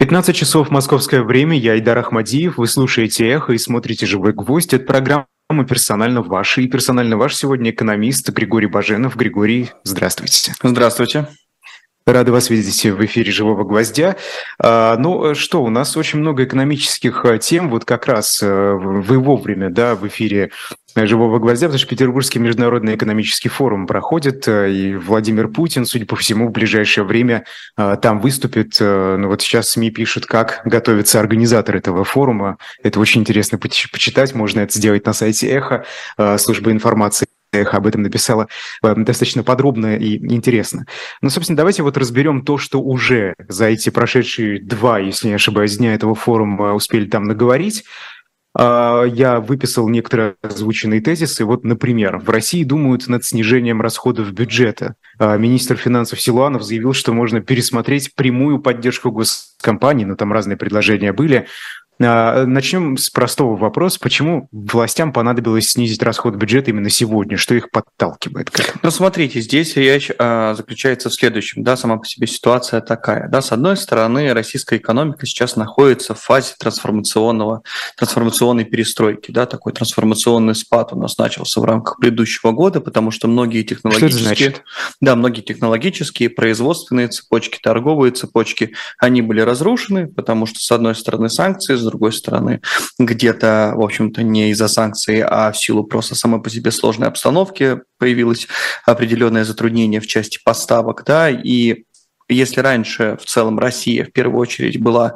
15 часов московское время, я Айдар Ахмадиев, вы слушаете «Эхо» и смотрите «Живой гвоздь». Это программа «Персонально ваш». И персонально ваш сегодня экономист Григорий Баженов. Григорий, здравствуйте. Здравствуйте. Рады вас видеть в эфире «Живого гвоздя». Ну что, у нас очень много экономических тем, вот как раз вы вовремя, да, в эфире «Живого гвоздя», потому что Петербургский международный экономический форум проходит, и Владимир Путин, судя по всему, в ближайшее время там выступит. Ну вот сейчас СМИ пишут, как готовится организатор этого форума. Это очень интересно почитать, можно это сделать на сайте «Эхо», службы информации. «Эхо» об этом написала достаточно подробно и интересно. Ну, собственно, давайте вот разберем то, что уже за эти прошедшие 2, если не ошибаюсь, дня этого форума успели там наговорить. Я выписал некоторые озвученные тезисы. Вот, например, в России думают над снижением расходов бюджета. Министр финансов Силуанов заявил, что можно пересмотреть прямую поддержку госкомпаний, но там разные предложения были. Начнем с простого вопроса. Почему властям понадобилось снизить расход бюджета именно сегодня? Что их подталкивает к этому? Ну, смотрите, здесь речь заключается в следующем. Да, сама по себе ситуация такая. Да, с одной стороны, российская экономика сейчас находится в фазе трансформационной перестройки. Да, такой трансформационный спад у нас начался в рамках предыдущего года, потому что многие технологические, производственные цепочки, торговые цепочки, они были разрушены, потому что, с одной стороны, санкции, с другой стороны, где-то, в общем-то, не из-за санкций, а в силу просто самой по себе сложной обстановки появилось определенное затруднение в части поставок, да, и если раньше в целом Россия в первую очередь была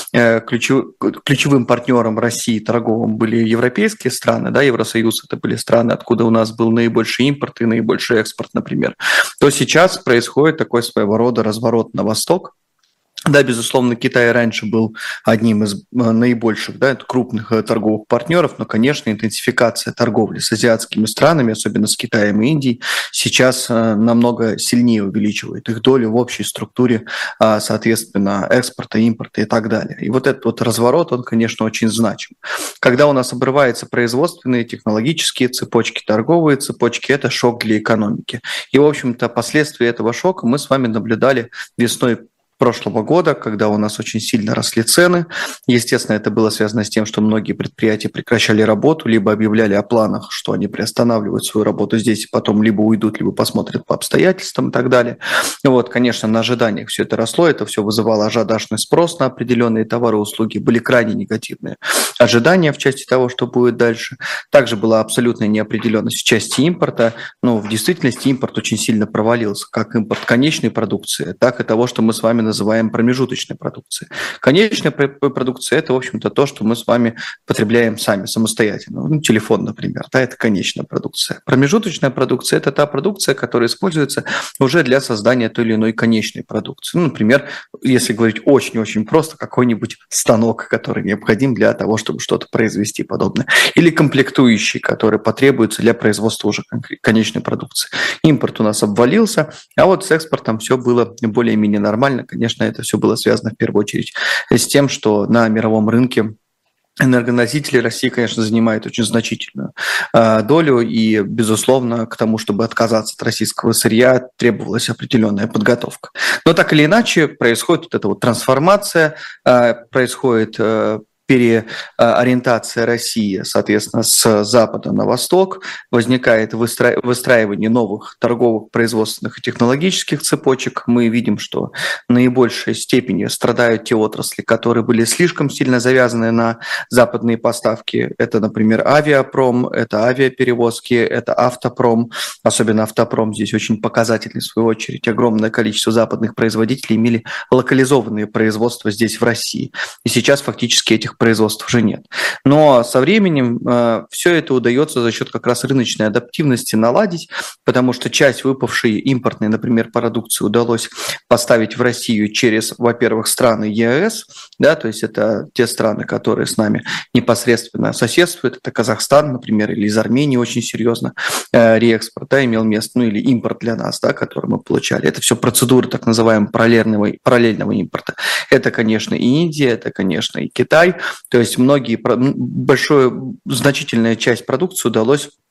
ключевым партнером России торговым были европейские страны, да, Евросоюз это были страны, откуда у нас был наибольший импорт и наибольший экспорт, например, то сейчас происходит такой своего рода разворот на восток. Да, безусловно, Китай раньше был одним из наибольших, да, крупных торговых партнеров, но, конечно, интенсификация торговли с азиатскими странами, особенно с Китаем и Индией, сейчас намного сильнее увеличивает их долю в общей структуре, соответственно, экспорта, импорта и так далее. И вот этот вот разворот, он, конечно, очень значим. Когда у нас обрываются производственные, технологические цепочки, торговые цепочки, это шок для экономики. И, в общем-то, последствия этого шока мы с вами наблюдали весной прошлого года, когда у нас очень сильно росли цены. Естественно, это было связано с тем, что многие предприятия прекращали работу, либо объявляли о планах, что они приостанавливают свою работу здесь, и потом либо уйдут, либо посмотрят по обстоятельствам и так далее. Вот, конечно, на ожиданиях все это росло, это все вызывало ажиотажный спрос на определенные товары и услуги, были крайне негативные ожидания в части того, что будет дальше. Также была абсолютная неопределенность в части импорта, но в действительности импорт очень сильно провалился, как импорт конечной продукции, так и того, что мы с вами называем промежуточной продукцией. Конечная продукция – это, в общем-то, то, что мы с вами потребляем сами, самостоятельно. Ну, телефон, например, да, это конечная продукция. Промежуточная продукция – это та продукция, которая используется уже для создания той или иной конечной продукции. Ну, например, если говорить очень-очень просто, какой-нибудь станок, который необходим для того, чтобы что-то произвести подобное. Или комплектующие, которые потребуются для производства уже конечной продукции. Импорт у нас обвалился, а вот с экспортом все было более-менее нормально. Конечно, это все было связано в первую очередь с тем, что на мировом рынке энергоносители России, конечно, занимают очень значительную долю, и, безусловно, к тому, чтобы отказаться от российского сырья, требовалась определенная подготовка. Но так или иначе происходит вот эта вот трансформация, происходит переориентация России, соответственно, с запада на восток, возникает выстраивание новых торговых, производственных и технологических цепочек. Мы видим, что в наибольшей степени страдают те отрасли, которые были слишком сильно завязаны на западные поставки. Это, например, авиапром, это авиаперевозки, это автопром. Особенно автопром здесь очень показательный, в свою очередь. Огромное количество западных производителей имели локализованные производства здесь, в России. И сейчас фактически этих производств уже нет. Но со временем все это удается за счет как раз рыночной адаптивности наладить, потому что часть выпавшей импортной, например, продукции удалось поставить в Россию через, во-первых, страны ЕАЭС, да, то есть это те страны, которые с нами непосредственно соседствуют, это Казахстан, например, или из Армении очень серьезно реэкспорт, да, имел место, ну или импорт для нас, да, который мы получали. Это все процедуры так называемого параллельного импорта. Это, конечно, и Индия, это, конечно, и Китай. То есть значительная часть продукции удалось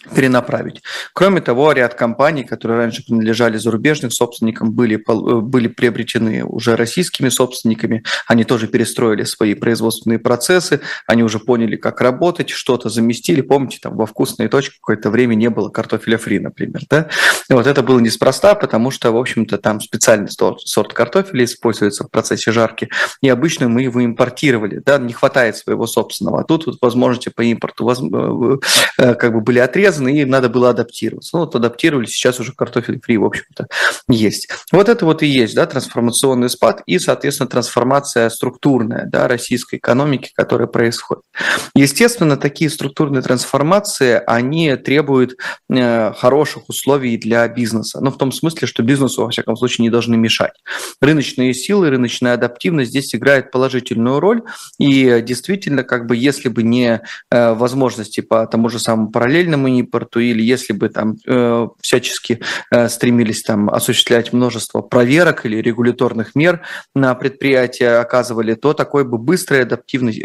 перенаправить. Кроме того, ряд компаний, которые раньше принадлежали зарубежным собственникам, были приобретены уже российскими собственниками. Они тоже перестроили свои производственные процессы, они уже поняли, как работать, что-то заместили. Помните, там во «Вкусной точке» какое-то время не было картофеля фри, например. Да? И вот это было неспроста, потому что, в общем-то, там специальный сорт картофеля используется в процессе жарки, и обычно мы его импортировали. Да? Не хватает своего собственного. А тут вот возможности по импорту как бы были отрезаны, и надо было адаптироваться. Ну, вот адаптировались, сейчас уже картофель фри, в общем-то, есть. Вот это вот и есть, да, трансформационный спад и, соответственно, трансформация структурная, да, российской экономики, которая происходит. Естественно, такие структурные трансформации, они требуют хороших условий для бизнеса. Ну, в том смысле, что бизнесу, во всяком случае, не должны мешать. Рыночные силы, рыночная адаптивность здесь играет положительную роль, и действительно, как бы, если бы не возможности по тому же самому параллельному импорту, или если бы там всячески стремились там осуществлять множество проверок или регуляторных мер на предприятия оказывали, то такой быстрой адаптивности,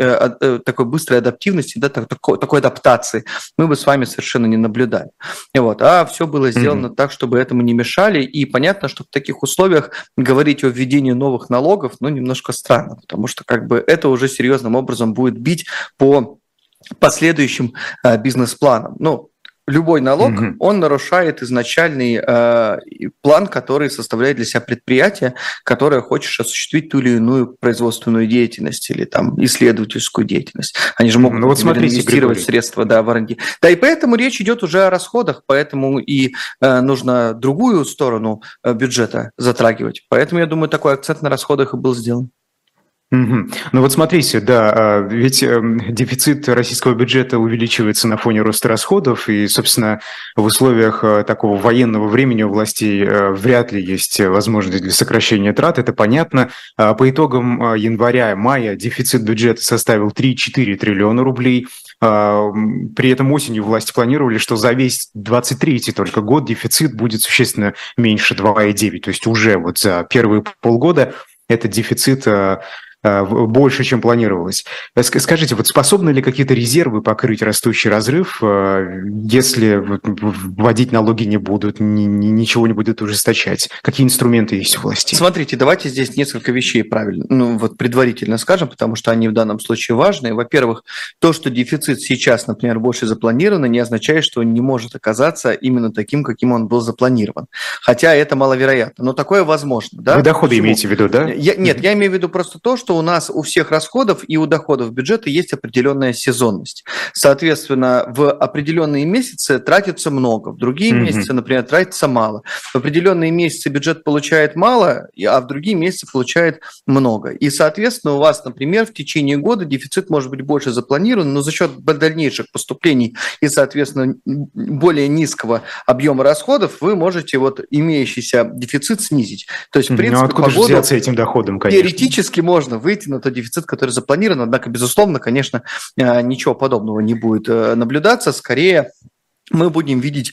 да, такой адаптации мы бы с вами совершенно не наблюдали. Вот. А все было сделано так, чтобы этому не мешали, и понятно, что в таких условиях говорить о введении новых налогов, ну, немножко странно, потому что как бы это уже серьезным образом будет бить по последующим бизнес-планам. Ну, любой налог, он нарушает изначальный план, который составляет для себя предприятие, которое хочешь осуществить ту или иную производственную деятельность или там исследовательскую деятельность. Они же могут инвестировать средства, да, в R&D. Да, и поэтому речь идет уже о расходах, поэтому и нужно другую сторону бюджета затрагивать. Поэтому, я думаю, такой акцент на расходах и был сделан. Ну вот смотрите, да, ведь дефицит российского бюджета увеличивается на фоне роста расходов, и, собственно, в условиях такого военного времени у властей вряд ли есть возможность для сокращения трат, это понятно. По итогам января-мая дефицит бюджета составил 3,4 триллиона рублей. При этом осенью власти планировали, что за весь 23-й только год дефицит будет существенно меньше 2,9, то есть уже вот за первые полгода этот дефицит больше, чем планировалось. Скажите, вот способны ли какие-то резервы покрыть растущий разрыв, если вводить налоги не будут, ничего не будет ужесточать? Какие инструменты есть у власти? Смотрите, давайте здесь несколько вещей правильно, вот предварительно скажем, потому что они в данном случае важны. Во-первых, то, что дефицит сейчас, например, больше запланирован, не означает, что он не может оказаться именно таким, каким он был запланирован. Хотя это маловероятно, но такое возможно. Да? Вы доходы имеете в виду, да? Нет, я имею в виду просто то, что у нас у всех расходов и у доходов бюджета есть определенная сезонность. Соответственно, в определенные месяцы тратится много, в другие месяцы, например, тратится мало. В определенные месяцы бюджет получает мало, а в другие месяцы получает много. И, соответственно, у вас, например, в течение года дефицит может быть больше запланирован, но за счет дальнейших поступлений и, соответственно, более низкого объема расходов вы можете вот имеющийся дефицит снизить. То есть, в принципе, откуда же взяться этим доходом, конечно? Теоретически можно выйти на тот дефицит, который запланирован, однако, безусловно, конечно, ничего подобного не будет наблюдаться. Скорее, мы будем видеть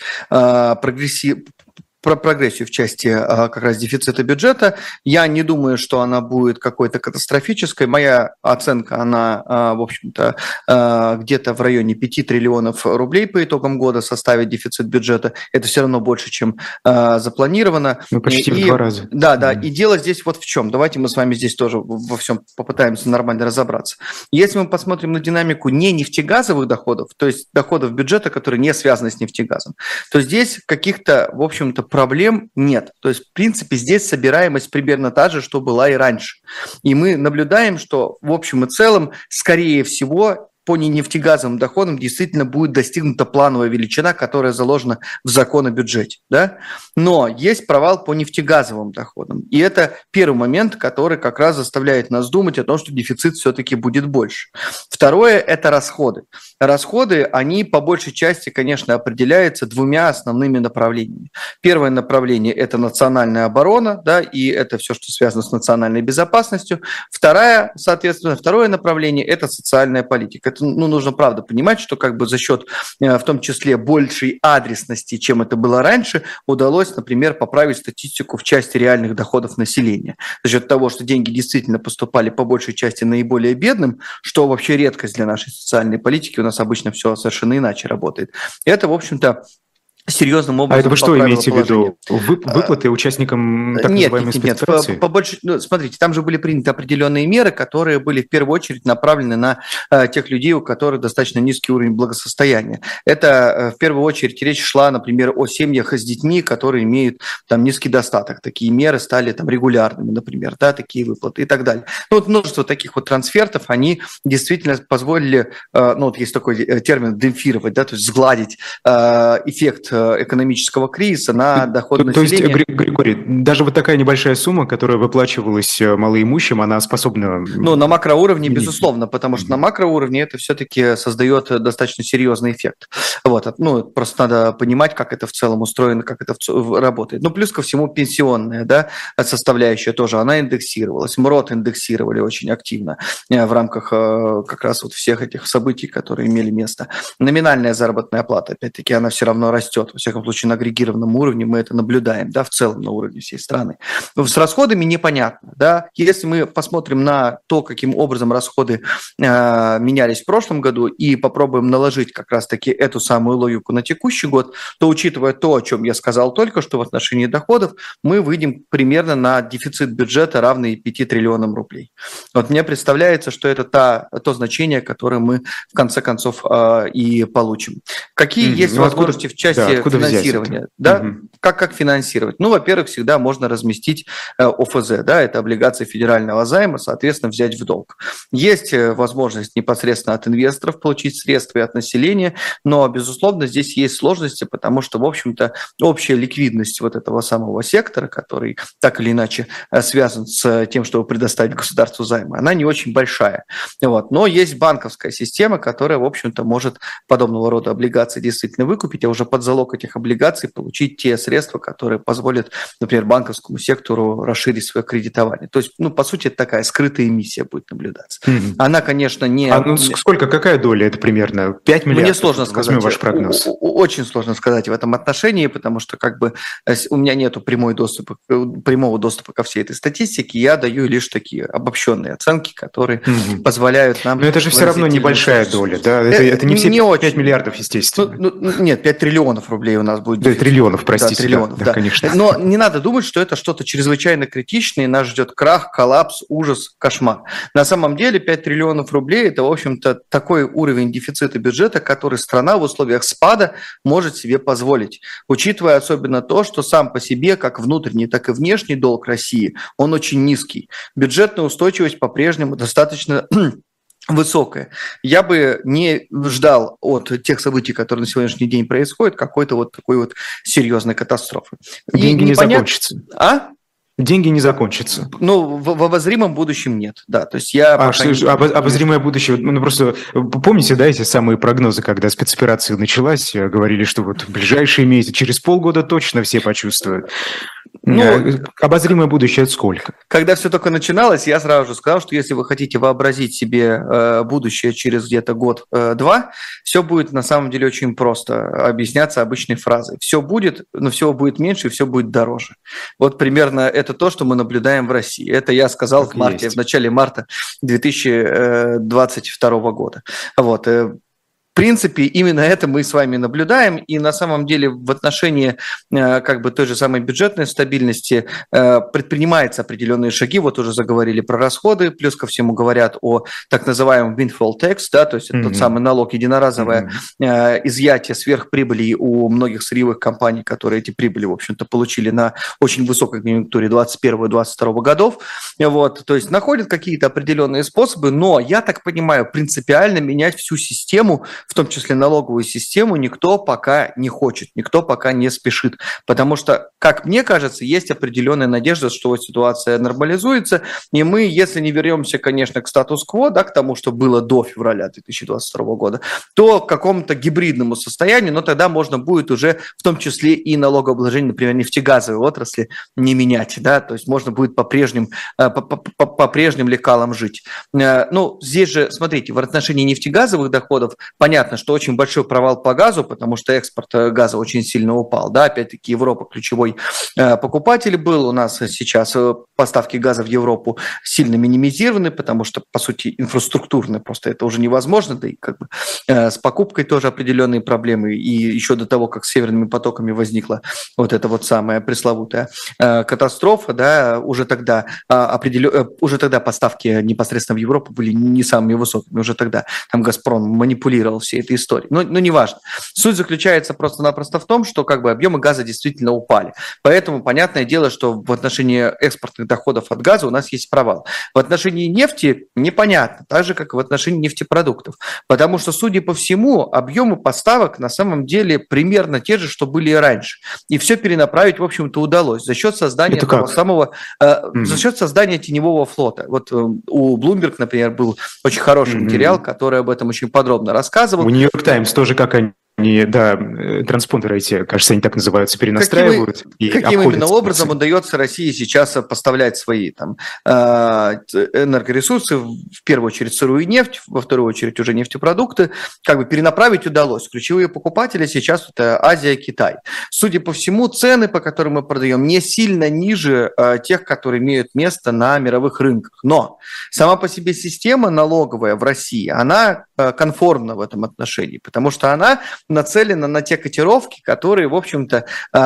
прогрессию в части как раз дефицита бюджета. Я не думаю, что она будет какой-то катастрофической. Моя оценка, она, в общем-то, где-то в районе 5 триллионов рублей по итогам года составит дефицит бюджета. Это все равно больше, чем запланировано. Ну, почти в 2 раза. Да. И дело здесь вот в чем. Давайте мы с вами здесь тоже во всем попытаемся нормально разобраться. Если мы посмотрим на динамику не нефтегазовых доходов, то есть доходов бюджета, которые не связаны с нефтегазом, то здесь каких-то, в общем-то, проблем нет. То есть, в принципе, здесь собираемость примерно та же, что была и раньше. И мы наблюдаем, что в общем и целом, скорее всего, по нефтегазовым доходам действительно будет достигнута плановая величина, которая заложена в закон о бюджете. Да? Но есть провал по нефтегазовым доходам. И это первый момент, который как раз заставляет нас думать о том, что дефицит все-таки будет больше. Второе – это расходы. Расходы, они по большей части, конечно, определяются 2 основными направлениями. Первое направление – это национальная оборона, да, и это все, что связано с национальной безопасностью. Второе направление – это социальная политика. это нужно правда понимать, что как бы за счет в том числе большей адресности, чем это было раньше, удалось, например, поправить статистику в части реальных доходов населения. За счет того, что деньги действительно поступали по большей части наиболее бедным, что вообще редкость для нашей социальной политики, у нас обычно все совершенно иначе работает. Это, в общем-то, серьезным образом. А это вы что имеете в виду? Выплаты участникам так называемой спецоперации? Побольше, смотрите, там же были приняты определенные меры, которые были в первую очередь направлены на тех людей, у которых достаточно низкий уровень благосостояния. Это в первую очередь речь шла, например, о семьях с детьми, которые имеют там низкий достаток. Такие меры стали там регулярными, например, да, такие выплаты и так далее. Ну, вот множество таких вот трансфертов, они действительно позволили, ну, вот есть такой термин демпфировать, да, то есть сгладить эффект экономического кризиса на доход населения. То есть, Григорий, даже вот такая небольшая сумма, которая выплачивалась малоимущим, она способна... Ну, на макроуровне, безусловно, потому что на макроуровне это все-таки создает достаточно серьезный эффект. Вот. Ну, просто надо понимать, как это в целом устроено, как это работает. Ну, плюс ко всему пенсионная, да, составляющая тоже, она индексировалась. МРОТ индексировали очень активно в рамках как раз вот всех этих событий, которые имели место. Номинальная заработная плата, опять-таки, она все равно растет. Во всяком случае, на агрегированном уровне мы это наблюдаем, да, в целом на уровне всей страны. С расходами непонятно, да. Если мы посмотрим на то, каким образом расходы менялись в прошлом году и попробуем наложить как раз-таки эту самую логику на текущий год, то, учитывая то, о чем я сказал только что в отношении доходов, мы выйдем примерно на дефицит бюджета, равный 5 триллионам рублей. Вот мне представляется, что это то значение, которое мы в конце концов и получим. Какие есть возможности в части финансирования? Да? Как финансировать? Ну, во-первых, всегда можно разместить ОФЗ, да, это облигации федерального займа, соответственно, взять в долг. Есть возможность непосредственно от инвесторов получить средства и от населения, но, безусловно, здесь есть сложности, потому что, в общем-то, общая ликвидность вот этого самого сектора, который так или иначе связан с тем, чтобы предоставить государству займы, она не очень большая. Вот. Но есть банковская система, которая, в общем-то, может подобного рода облигации действительно выкупить, а уже под залог этих облигаций получить те средства, которые позволят, например, банковскому сектору расширить свое кредитование. То есть, ну, по сути, это такая скрытая эмиссия будет наблюдаться. Она, конечно, не... сколько, какая доля это примерно? 5 миллиардов? Мне сложно сказать. Возьмем ваш прогноз. Очень сложно сказать в этом отношении, потому что как бы у меня нет прямого доступа ко всей этой статистике, я даю лишь такие обобщенные оценки, которые позволяют нам... Но это же все равно небольшая доля, да? Это не все 5 миллиардов, естественно. Нет, 5 триллионов рублей у нас будет. Да, триллионов, простите. Да, триллионов, да, конечно. Но не надо думать, что это что-то чрезвычайно критичное, и нас ждет крах, коллапс, ужас, кошмар. На самом деле 5 триллионов рублей – это, в общем-то, такой уровень дефицита бюджета, который страна в условиях спада может себе позволить, учитывая особенно то, что сам по себе, как внутренний, так и внешний долг России, он очень низкий. Бюджетная устойчивость по-прежнему достаточно высокая. Я бы не ждал от тех событий, которые на сегодняшний день происходят, какой-то вот такой вот серьезной катастрофы. Деньги не закончатся. А? Деньги не закончатся. Ну, в обозримом будущем нет, да. То есть я обозримое будущее, ну просто помните, да, эти самые прогнозы, когда спецоперация началась, говорили, что вот в ближайшие месяцы, через полгода точно все почувствуют. Обозримое будущее – это сколько? Когда все только начиналось, я сразу же сказал, что если вы хотите вообразить себе будущее через где-то год-два, все будет на самом деле очень просто объясняться обычной фразой. Все будет, но всего будет меньше, и все будет дороже. Вот примерно это то, что мы наблюдаем в России. Это я сказал в начале марта 2022 года. Вот. В принципе, именно это мы с вами наблюдаем, и на самом деле в отношении как бы той же самой бюджетной стабильности предпринимаются определенные шаги, вот уже заговорили про расходы, плюс ко всему говорят о так называемом windfall tax, да, то есть это тот самый налог, единоразовое изъятие сверхприбыли у многих сырьевых компаний, которые эти прибыли, в общем-то, получили на очень высокой конъюнктуре 2021-2022 годов, вот, то есть находят какие-то определенные способы, но, я так понимаю, принципиально менять всю систему в том числе налоговую систему, никто пока не хочет, никто пока не спешит. Потому что, как мне кажется, есть определенная надежда, что ситуация нормализуется, и мы, если не вернемся, конечно, к статус-кво, да, к тому, что было до февраля 2022 года, то к какому-то гибридному состоянию, но тогда можно будет уже в том числе и налогообложение, например, нефтегазовой отрасли не менять, да, то есть можно будет по прежним лекалам жить. Ну, здесь же, смотрите, в отношении нефтегазовых доходов понятно, что очень большой провал по газу, потому что экспорт газа очень сильно упал, да, опять-таки Европа ключевой покупатель был, у нас сейчас поставки газа в Европу сильно минимизированы, потому что, по сути, инфраструктурно просто это уже невозможно, да и как бы с покупкой тоже определенные проблемы, и еще до того, как с северными потоками возникла вот эта вот самая пресловутая катастрофа, да, уже тогда поставки непосредственно в Европу были не самыми высокими, уже тогда там «Газпром» манипулировал всей этой историей. Но неважно. Суть заключается просто-напросто в том, что как бы объемы газа действительно упали. Поэтому понятное дело, что в отношении экспортных доходов от газа у нас есть провал. В отношении нефти непонятно, так же, как и в отношении нефтепродуктов. Потому что, судя по всему, объемы поставок на самом деле примерно те же, что были и раньше. И все перенаправить, в общем-то, удалось за счет создания за счет создания теневого флота. Вот у Bloomberg, например, был очень хороший материал, который об этом очень подробно рассказывал. У Нью-Йорк Таймс тоже, как они, да, транспондеры эти, кажется, они так называются, перенастраивают. Каким именно образом удается России сейчас поставлять свои там энергоресурсы, в первую очередь сырую нефть, во вторую очередь уже нефтепродукты, как бы перенаправить удалось. Ключевые покупатели сейчас это Азия, Китай. Судя по всему, цены, по которым мы продаем, не сильно ниже тех, которые имеют место на мировых рынках. Но сама по себе система налоговая в России, она конформна в этом отношении, потому что она нацелена на те котировки, которые, в общем-то,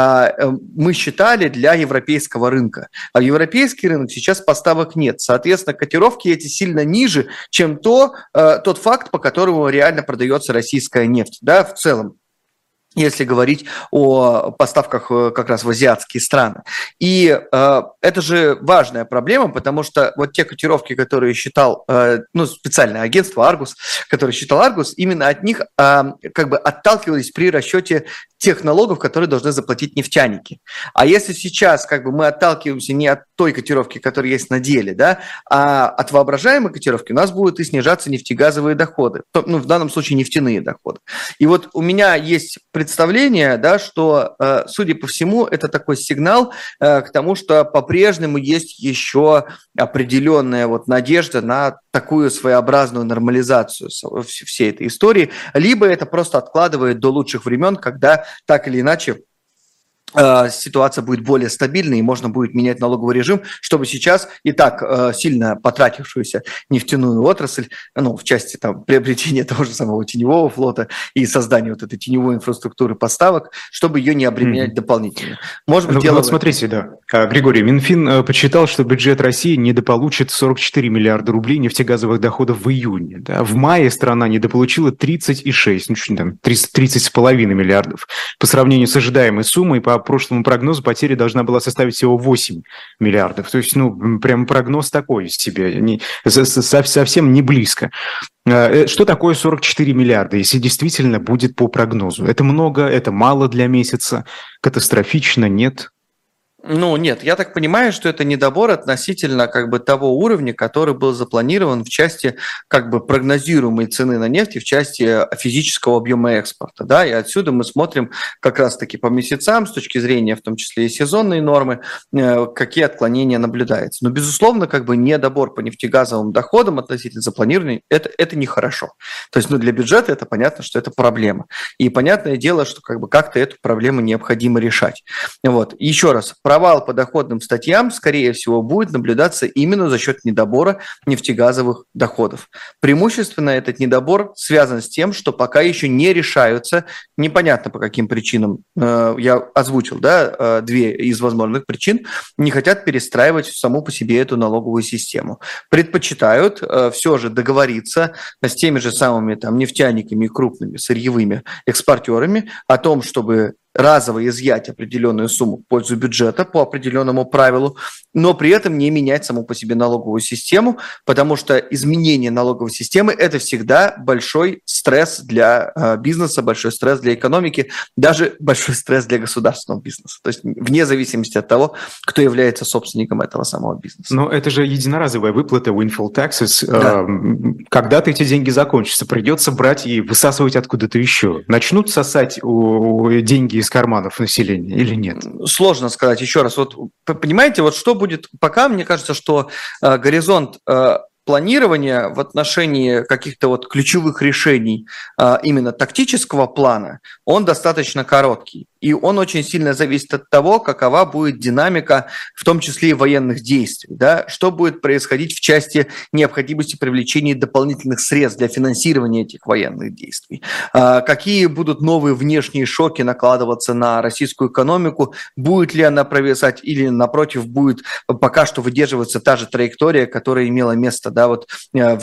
мы считали для европейского рынка. А в европейский рынок сейчас поставок нет. Соответственно, котировки эти сильно ниже, чем тот факт, по которому реально продается российская нефть, да, в целом, если говорить о поставках как раз в азиатские страны. И это же важная проблема, потому что вот те котировки, которые считал специальное агентство Argus, которое считал Argus, именно от них как бы отталкивались при расчете тех налогов, которые должны заплатить нефтяники. А если сейчас как бы мы отталкиваемся не от той котировки, которая есть на деле, да, а от воображаемой котировки, у нас будут и снижаться нефтегазовые доходы, в данном случае нефтяные доходы. И вот у меня есть представление, да, что, судя по всему, это такой сигнал к тому, что по-прежнему есть еще определенная вот надежда на такую своеобразную нормализацию всей этой истории, либо это просто откладывает до лучших времен, когда так или иначе ситуация будет более стабильной и можно будет менять налоговый режим, чтобы сейчас и так сильно потратившуюся нефтяную отрасль, в части там, приобретения того же самого теневого флота и создания вот этой теневой инфраструктуры поставок, чтобы ее не обременять дополнительно. Может быть, вот смотрите, да, Григорий, Минфин подсчитал, что бюджет России недополучит 44 миллиарда рублей нефтегазовых доходов в июне. Да? В мае страна недополучила 30,5 миллиардов. По сравнению с ожидаемой суммой, по прошлому прогнозу потеря должна была составить всего 8 миллиардов. То есть, прям прогноз такой себе, совсем не близко. Что такое 44 миллиарда, если действительно будет по прогнозу? Это много, это мало для месяца, катастрофично, нет? Нет, я так понимаю, что это недобор относительно как бы того уровня, который был запланирован в части как бы прогнозируемой цены на нефть и в части физического объема экспорта, да, и отсюда мы смотрим как раз-таки по месяцам с точки зрения в том числе и сезонной нормы, какие отклонения наблюдаются. Но, безусловно, как бы недобор по нефтегазовым доходам относительно запланированной, это нехорошо. То есть, для бюджета это понятно, что это проблема. И понятное дело, что как бы как-то эту проблему необходимо решать. Вот. Еще раз, провал по доходным статьям, скорее всего, будет наблюдаться именно за счет недобора нефтегазовых доходов. Преимущественно этот недобор связан с тем, что пока еще не решаются, непонятно по каким причинам, я озвучил, да, две из возможных причин, не хотят перестраивать саму по себе эту налоговую систему. Предпочитают все же договориться с теми же самыми там нефтяниками и крупными сырьевыми экспортерами о том, чтобы разово изъять определенную сумму в пользу бюджета по определенному правилу, но при этом не менять саму по себе налоговую систему, потому что изменение налоговой системы – это всегда большой стресс для бизнеса, большой стресс для экономики, даже большой стресс для государственного бизнеса. То есть вне зависимости от того, кто является собственником этого самого бизнеса. Но это же единоразовая выплата, windfall taxes. Да. Когда-то эти деньги закончатся, придется брать и высасывать откуда-то еще. Начнут сосать деньги из карманов населения или нет? Сложно сказать. Еще раз, вот понимаете, вот что будет пока, мне кажется, что горизонт планирования в отношении каких-то вот ключевых решений именно тактического плана, он достаточно короткий. И он очень сильно зависит от того, какова будет динамика, в том числе и военных действий. Да? Что будет происходить в части необходимости привлечения дополнительных средств для финансирования этих военных действий. Какие будут новые внешние шоки накладываться на российскую экономику, будет ли она провисать или, напротив, будет пока что выдерживаться та же траектория, которая имела место, да, вот в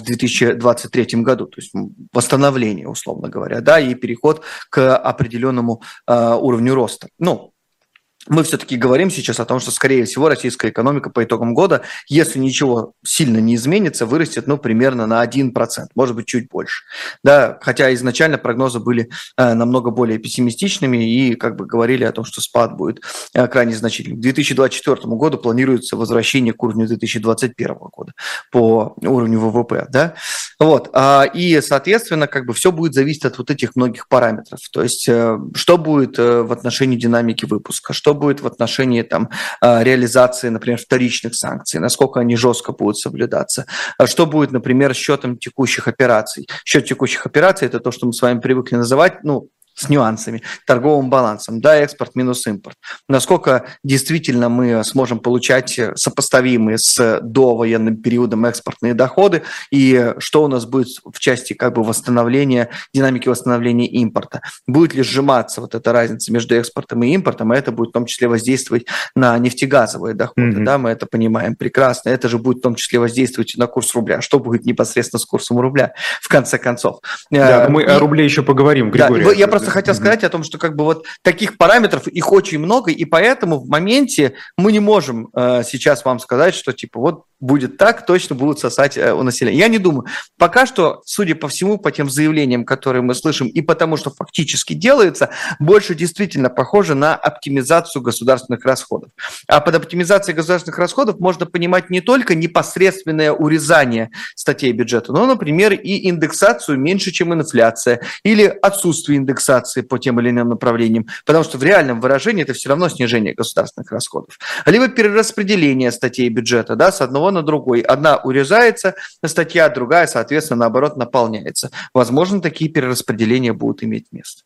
2023 году, то есть восстановление, условно говоря, да, и переход к определенному уровню роста. Ну, мы все-таки говорим сейчас о том, что, скорее всего, российская экономика по итогам года, если ничего сильно не изменится, вырастет, ну, примерно на 1%, может быть, чуть больше. Да, хотя изначально прогнозы были намного более пессимистичными и как бы говорили о том, что спад будет крайне значительным. К 2024 году планируется возвращение к уровню 2021 года по уровню ВВП, да. Вот. И, соответственно, как бы все будет зависеть от вот этих многих параметров. То есть, что будет в отношении динамики выпуска, что будет в отношении там, реализации, например, вторичных санкций, насколько они жестко будут соблюдаться, что будет, например, с счетом текущих операций. Счет текущих операций – это то, что мы с вами привыкли называть, ну, с нюансами, торговым балансом, да, экспорт минус импорт. Насколько действительно мы сможем получать сопоставимые с довоенным периодом экспортные доходы, и что у нас будет в части как бы восстановления, динамики восстановления импорта. Будет ли сжиматься вот эта разница между экспортом и импортом, и это будет в том числе воздействовать на нефтегазовые доходы, да, мы это понимаем прекрасно. Это же будет в том числе воздействовать на курс рубля. Что будет непосредственно с курсом рубля, в конце концов? Да, мы о рубле еще поговорим, Григорий. Да, я просто хотел сказать о том, что как бы вот таких параметров, их очень много, и поэтому в моменте мы не можем сейчас вам сказать, что типа вот будет так, точно будут сосать у населения. Я не думаю. Пока что, судя по всему, по тем заявлениям, которые мы слышим, и потому что фактически делается, больше действительно похоже на оптимизацию государственных расходов. А под оптимизацией государственных расходов можно понимать не только непосредственное урезание статей бюджета, но, например, и индексацию меньше, чем инфляция, или отсутствие индексации по тем или иным направлениям, потому что в реальном выражении это все равно снижение государственных расходов. Либо перераспределение статей бюджета, да, с одного на другой. Одна урезается статья, другая, соответственно, наоборот, наполняется. Возможно, такие перераспределения будут иметь место.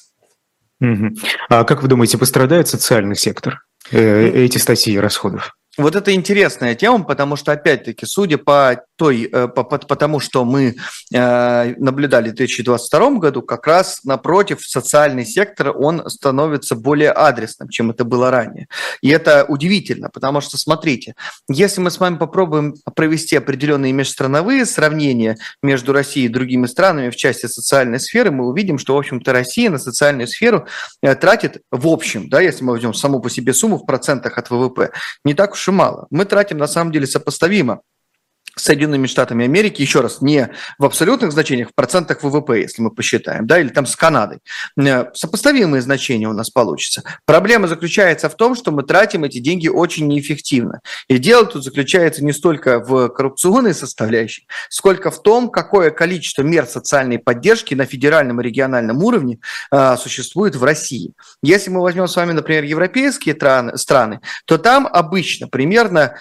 А как вы думаете, пострадает социальный сектор эти статьи расходов? Вот это интересная тема, потому что, опять-таки, судя по тому, что мы наблюдали в 2022 году, как раз напротив, социальный сектор, он становится более адресным, чем это было ранее. И это удивительно, потому что, смотрите, если мы с вами попробуем провести определенные межстрановые сравнения между Россией и другими странами в части социальной сферы, мы увидим, что, в общем-то, Россия на социальную сферу тратит в общем, да, если мы возьмем саму по себе сумму в процентах от ВВП, не так уж и мало. Мы тратим, на самом деле, сопоставимо с Соединенными Штатами Америки, еще раз, не в абсолютных значениях, в процентах ВВП, если мы посчитаем, да, или там с Канадой. Сопоставимые значения у нас получится. Проблема заключается в том, что мы тратим эти деньги очень неэффективно. И дело тут заключается не столько в коррупционной составляющей, сколько в том, какое количество мер социальной поддержки на федеральном и региональном уровне существует в России. Если мы возьмем с вами, например, европейские страны, то там обычно примерно,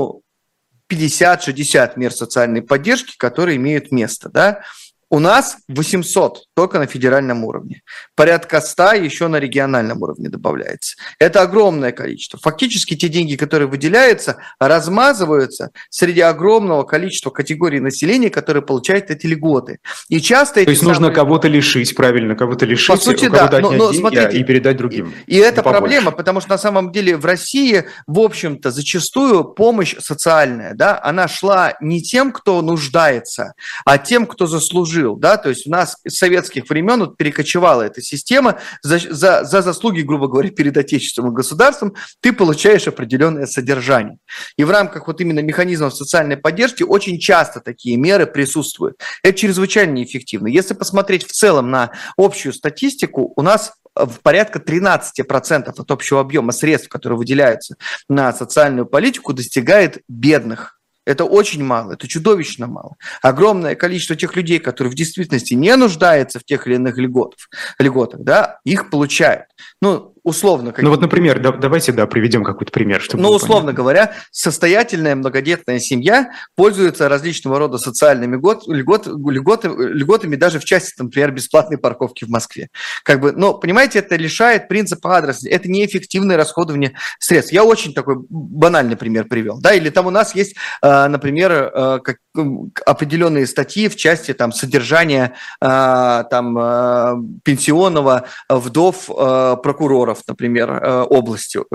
50-60 мер социальной поддержки, которые имеют место, да. У нас 800 только на федеральном уровне. Порядка 100 еще на региональном уровне добавляется. Это огромное количество. Фактически те деньги, которые выделяются, размазываются среди огромного количества категорий населения, которые получают эти льготы. И часто эти То есть нужно кого-то лишить, правильно, кого-то лишить, по сути, кого-то да. отнять деньги и передать другим. И это проблема, потому что на самом деле в России, в общем-то, зачастую помощь социальная, да, она шла не тем, кто нуждается, а тем, кто заслужил. жил, да, то есть у нас с советских времен вот перекочевала эта система, за заслуги, грубо говоря, перед отечеством и государством ты получаешь определенное содержание. И в рамках вот именно механизмов социальной поддержки очень часто такие меры присутствуют. Это чрезвычайно неэффективно. Если посмотреть в целом на общую статистику, у нас в порядка 13% от общего объема средств, которые выделяются на социальную политику, достигает бедных. Это очень мало, это чудовищно мало. Огромное количество тех людей, которые в действительности не нуждаются в тех или иных льготах, да, их получают. Ну, условно. Ну вот, например, давайте, приведем какой-то пример. Чтобы условно говоря, состоятельная многодетная семья пользуется различного рода социальными льготами даже в части, например, бесплатной парковки в Москве. Но, понимаете, это лишает принципа адресности. Это неэффективное расходование средств. Я очень такой банальный пример привел. Да? Или там у нас есть, например, определенные статьи в части там, содержания пенсионного вдов прокуроров, например, областью.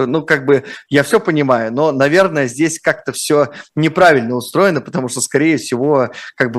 Я все понимаю, но, наверное, здесь как-то все неправильно устроено, потому что, скорее всего,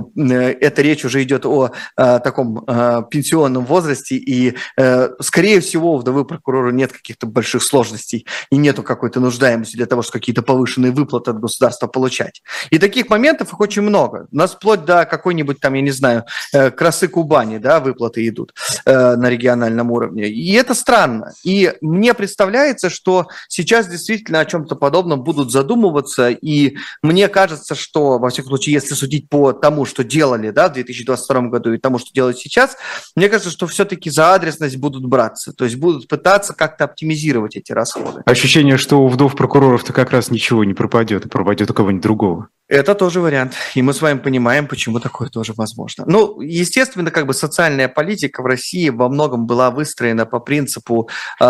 эта речь уже идет о таком пенсионном возрасте, и, скорее всего, у вдовы прокурора нет каких-то больших сложностей и нету какой-то нуждаемости для того, чтобы какие-то повышенные выплаты от государства получать. И таких моментов их очень много. У нас вплоть до какой-нибудь там, я не знаю, красы Кубани, да, выплаты идут на региональном уровне. И это странно. И мне представляется, что сейчас действительно о чем-то подобном будут задумываться, и мне кажется, что, во всяком случае, если судить по тому, что делали, да, в 2022 году и тому, что делают сейчас, мне кажется, что все-таки за адресность будут браться, то есть будут пытаться как-то оптимизировать эти расходы. Ощущение, что у вдов прокуроров-то как раз ничего не пропадет, и пропадет у кого-нибудь другого. Это тоже вариант, и мы с вами понимаем, почему такое тоже возможно. Ну, естественно, социальная политика в России во многом была выстроена по принципу,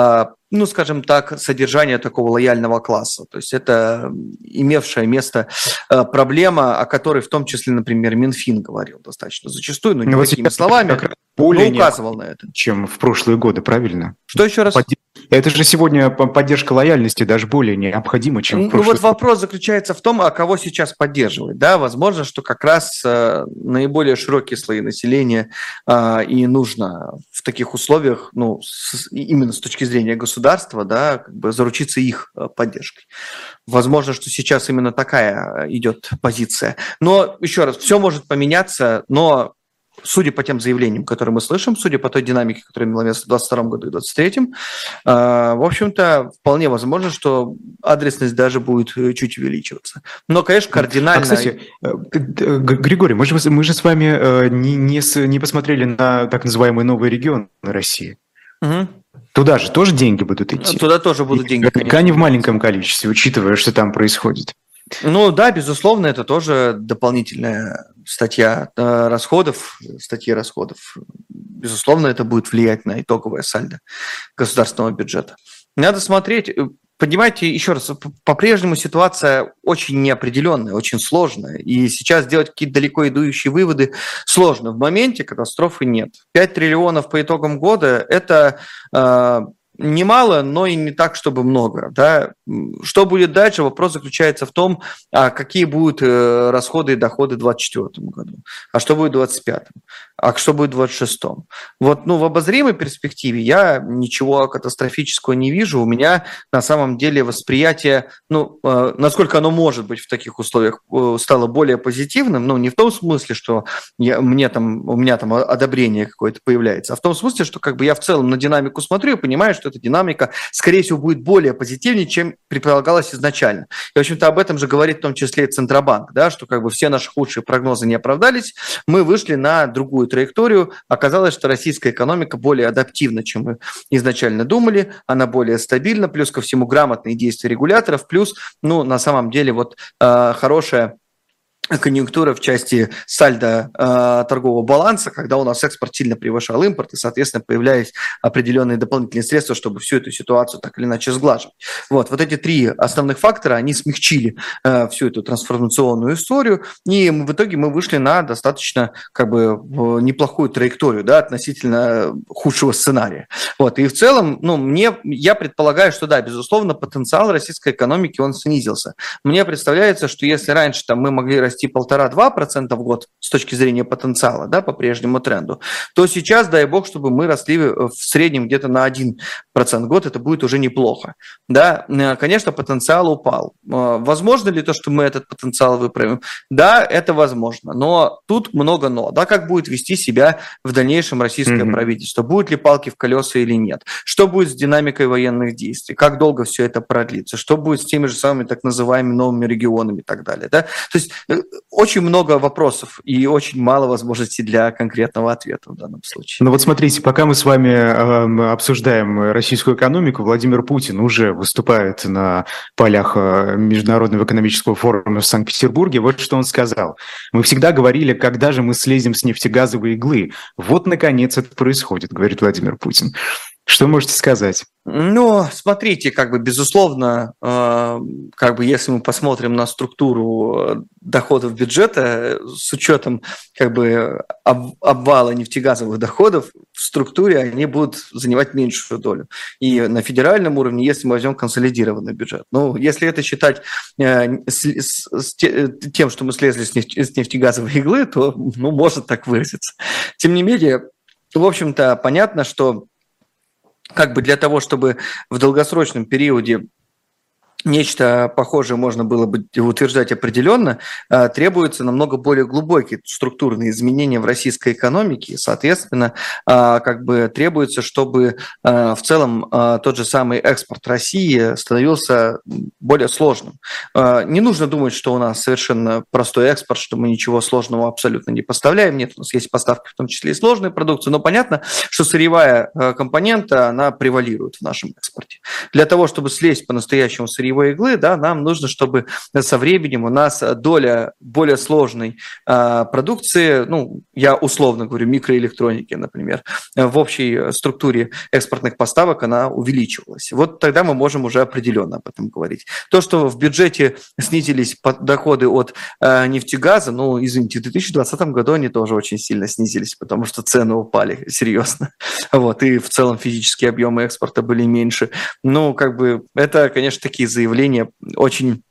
скажем так, содержания такого лояльного класса. То есть это имевшая место проблема, о которой в том числе, например, Минфин говорил достаточно зачастую, но не такими словами, но указывал на это. Чем в прошлые годы, правильно? Что еще раз? Это же сегодня поддержка лояльности даже более необходима, чем в прошлые годы. Вот вопрос заключается в том, а кого сейчас поддерживать. Да, возможно, что как раз наиболее широкие слои населения и нужно в таких условиях, именно с точки зрения государства, да, заручиться их поддержкой. Возможно, что сейчас именно такая идет позиция. Но, еще раз, все может поменяться, но судя по тем заявлениям, которые мы слышим, судя по той динамике, которая имела место в 2022 году и 2023, в общем-то, вполне возможно, что адресность даже будет чуть увеличиваться. Но, конечно, кардинально... Кстати, Григорий, мы же с вами не посмотрели на так называемые новые регионы России. Угу. Туда же тоже деньги будут идти? Туда тоже будут деньги. Пока не в маленьком количестве, учитывая, что там происходит. Ну да, безусловно, это тоже дополнительная статьи расходов. Безусловно, это будет влиять на итоговое сальдо государственного бюджета. Надо смотреть. Понимаете, еще раз, по-прежнему ситуация очень неопределенная, очень сложная. И сейчас делать какие-то далеко идущие выводы сложно. В моменте катастрофы нет. 5 триллионов по итогам года – это немало, но и не так, чтобы много. Да? Что будет дальше? Вопрос заключается в том, какие будут расходы и доходы в 2024 году, а что будет в 2025, а что будет в 2026. Вот, в обозримой перспективе я ничего катастрофического не вижу. У меня на самом деле восприятие, насколько оно может быть в таких условиях, стало более позитивным, не в том смысле, что у меня там одобрение какое-то появляется, а в том смысле, что я в целом на динамику смотрю и понимаю, что эта динамика, скорее всего, будет более позитивнее, чем предполагалось изначально. И, в общем-то, об этом же говорит в том числе и Центробанк, да, что все наши худшие прогнозы не оправдались, мы вышли на другую траекторию. Оказалось, что российская экономика более адаптивна, чем мы изначально думали, она более стабильна, плюс ко всему грамотные действия регуляторов, плюс, на самом деле, хорошая конъюнктура в части сальдо торгового баланса, когда у нас экспорт сильно превышал импорт, и, соответственно, появлялись определенные дополнительные средства, чтобы всю эту ситуацию так или иначе сглаживать. Вот эти три основных фактора, они смягчили всю эту трансформационную историю, и в итоге мы вышли на достаточно неплохую траекторию, да, относительно худшего сценария. И в целом, я предполагаю, что да, безусловно, потенциал российской экономики, он снизился. Мне представляется, что если раньше мы могли расти расти 1,5-2% в год с точки зрения потенциала, да, по прежнему тренду, то сейчас, дай бог, чтобы мы росли в среднем где-то на 1% в год, это будет уже неплохо. Да, конечно, потенциал упал. Возможно ли то, что мы этот потенциал выправим? Да, это возможно, но тут много но. Да, как будет вести себя в дальнейшем российское правительство? Будут ли палки в колеса или нет? Что будет с динамикой военных действий? Как долго все это продлится? Что будет с теми же самыми так называемыми новыми регионами и так далее? Да? То есть очень много вопросов и очень мало возможностей для конкретного ответа в данном случае. Ну вот смотрите, пока мы с вами обсуждаем российскую экономику, Владимир Путин уже выступает на полях Международного экономического форума в Санкт-Петербурге. Вот что он сказал. Мы всегда говорили, когда же мы слезем с нефтегазовой иглы. Вот, наконец, это происходит, говорит Владимир Путин. Что можете сказать? Ну, смотрите, безусловно, если мы посмотрим на структуру доходов бюджета, с учетом обвала нефтегазовых доходов, в структуре они будут занимать меньшую долю. И на федеральном уровне, если мы возьмем консолидированный бюджет. Ну, если это считать тем, что мы слезли с нефтегазовой иглы, то, может так выразиться. Тем не менее, в общем-то, понятно, что для того, чтобы в долгосрочном периоде нечто похожее можно было бы утверждать определенно, требуются намного более глубокие структурные изменения в российской экономике. Соответственно, требуется, чтобы в целом тот же самый экспорт России становился более сложным. Не нужно думать, что у нас совершенно простой экспорт, что мы ничего сложного абсолютно не поставляем. Нет, у нас есть поставки, в том числе и сложной продукции, но понятно, что сырьевая компонента, она превалирует в нашем экспорте. Для того, чтобы слезть по-настоящему сырьевой иглы, да, нам нужно, чтобы со временем у нас доля более сложной продукции, я условно говорю, микроэлектроники, например, в общей структуре экспортных поставок она увеличивалась. Вот тогда мы можем уже определенно об этом говорить. То, что в бюджете снизились доходы от нефтегаза, извините, в 2020 году они тоже очень сильно снизились, потому что цены упали серьезно. И в целом физические объемы экспорта были меньше. Это, конечно, такие заявления очень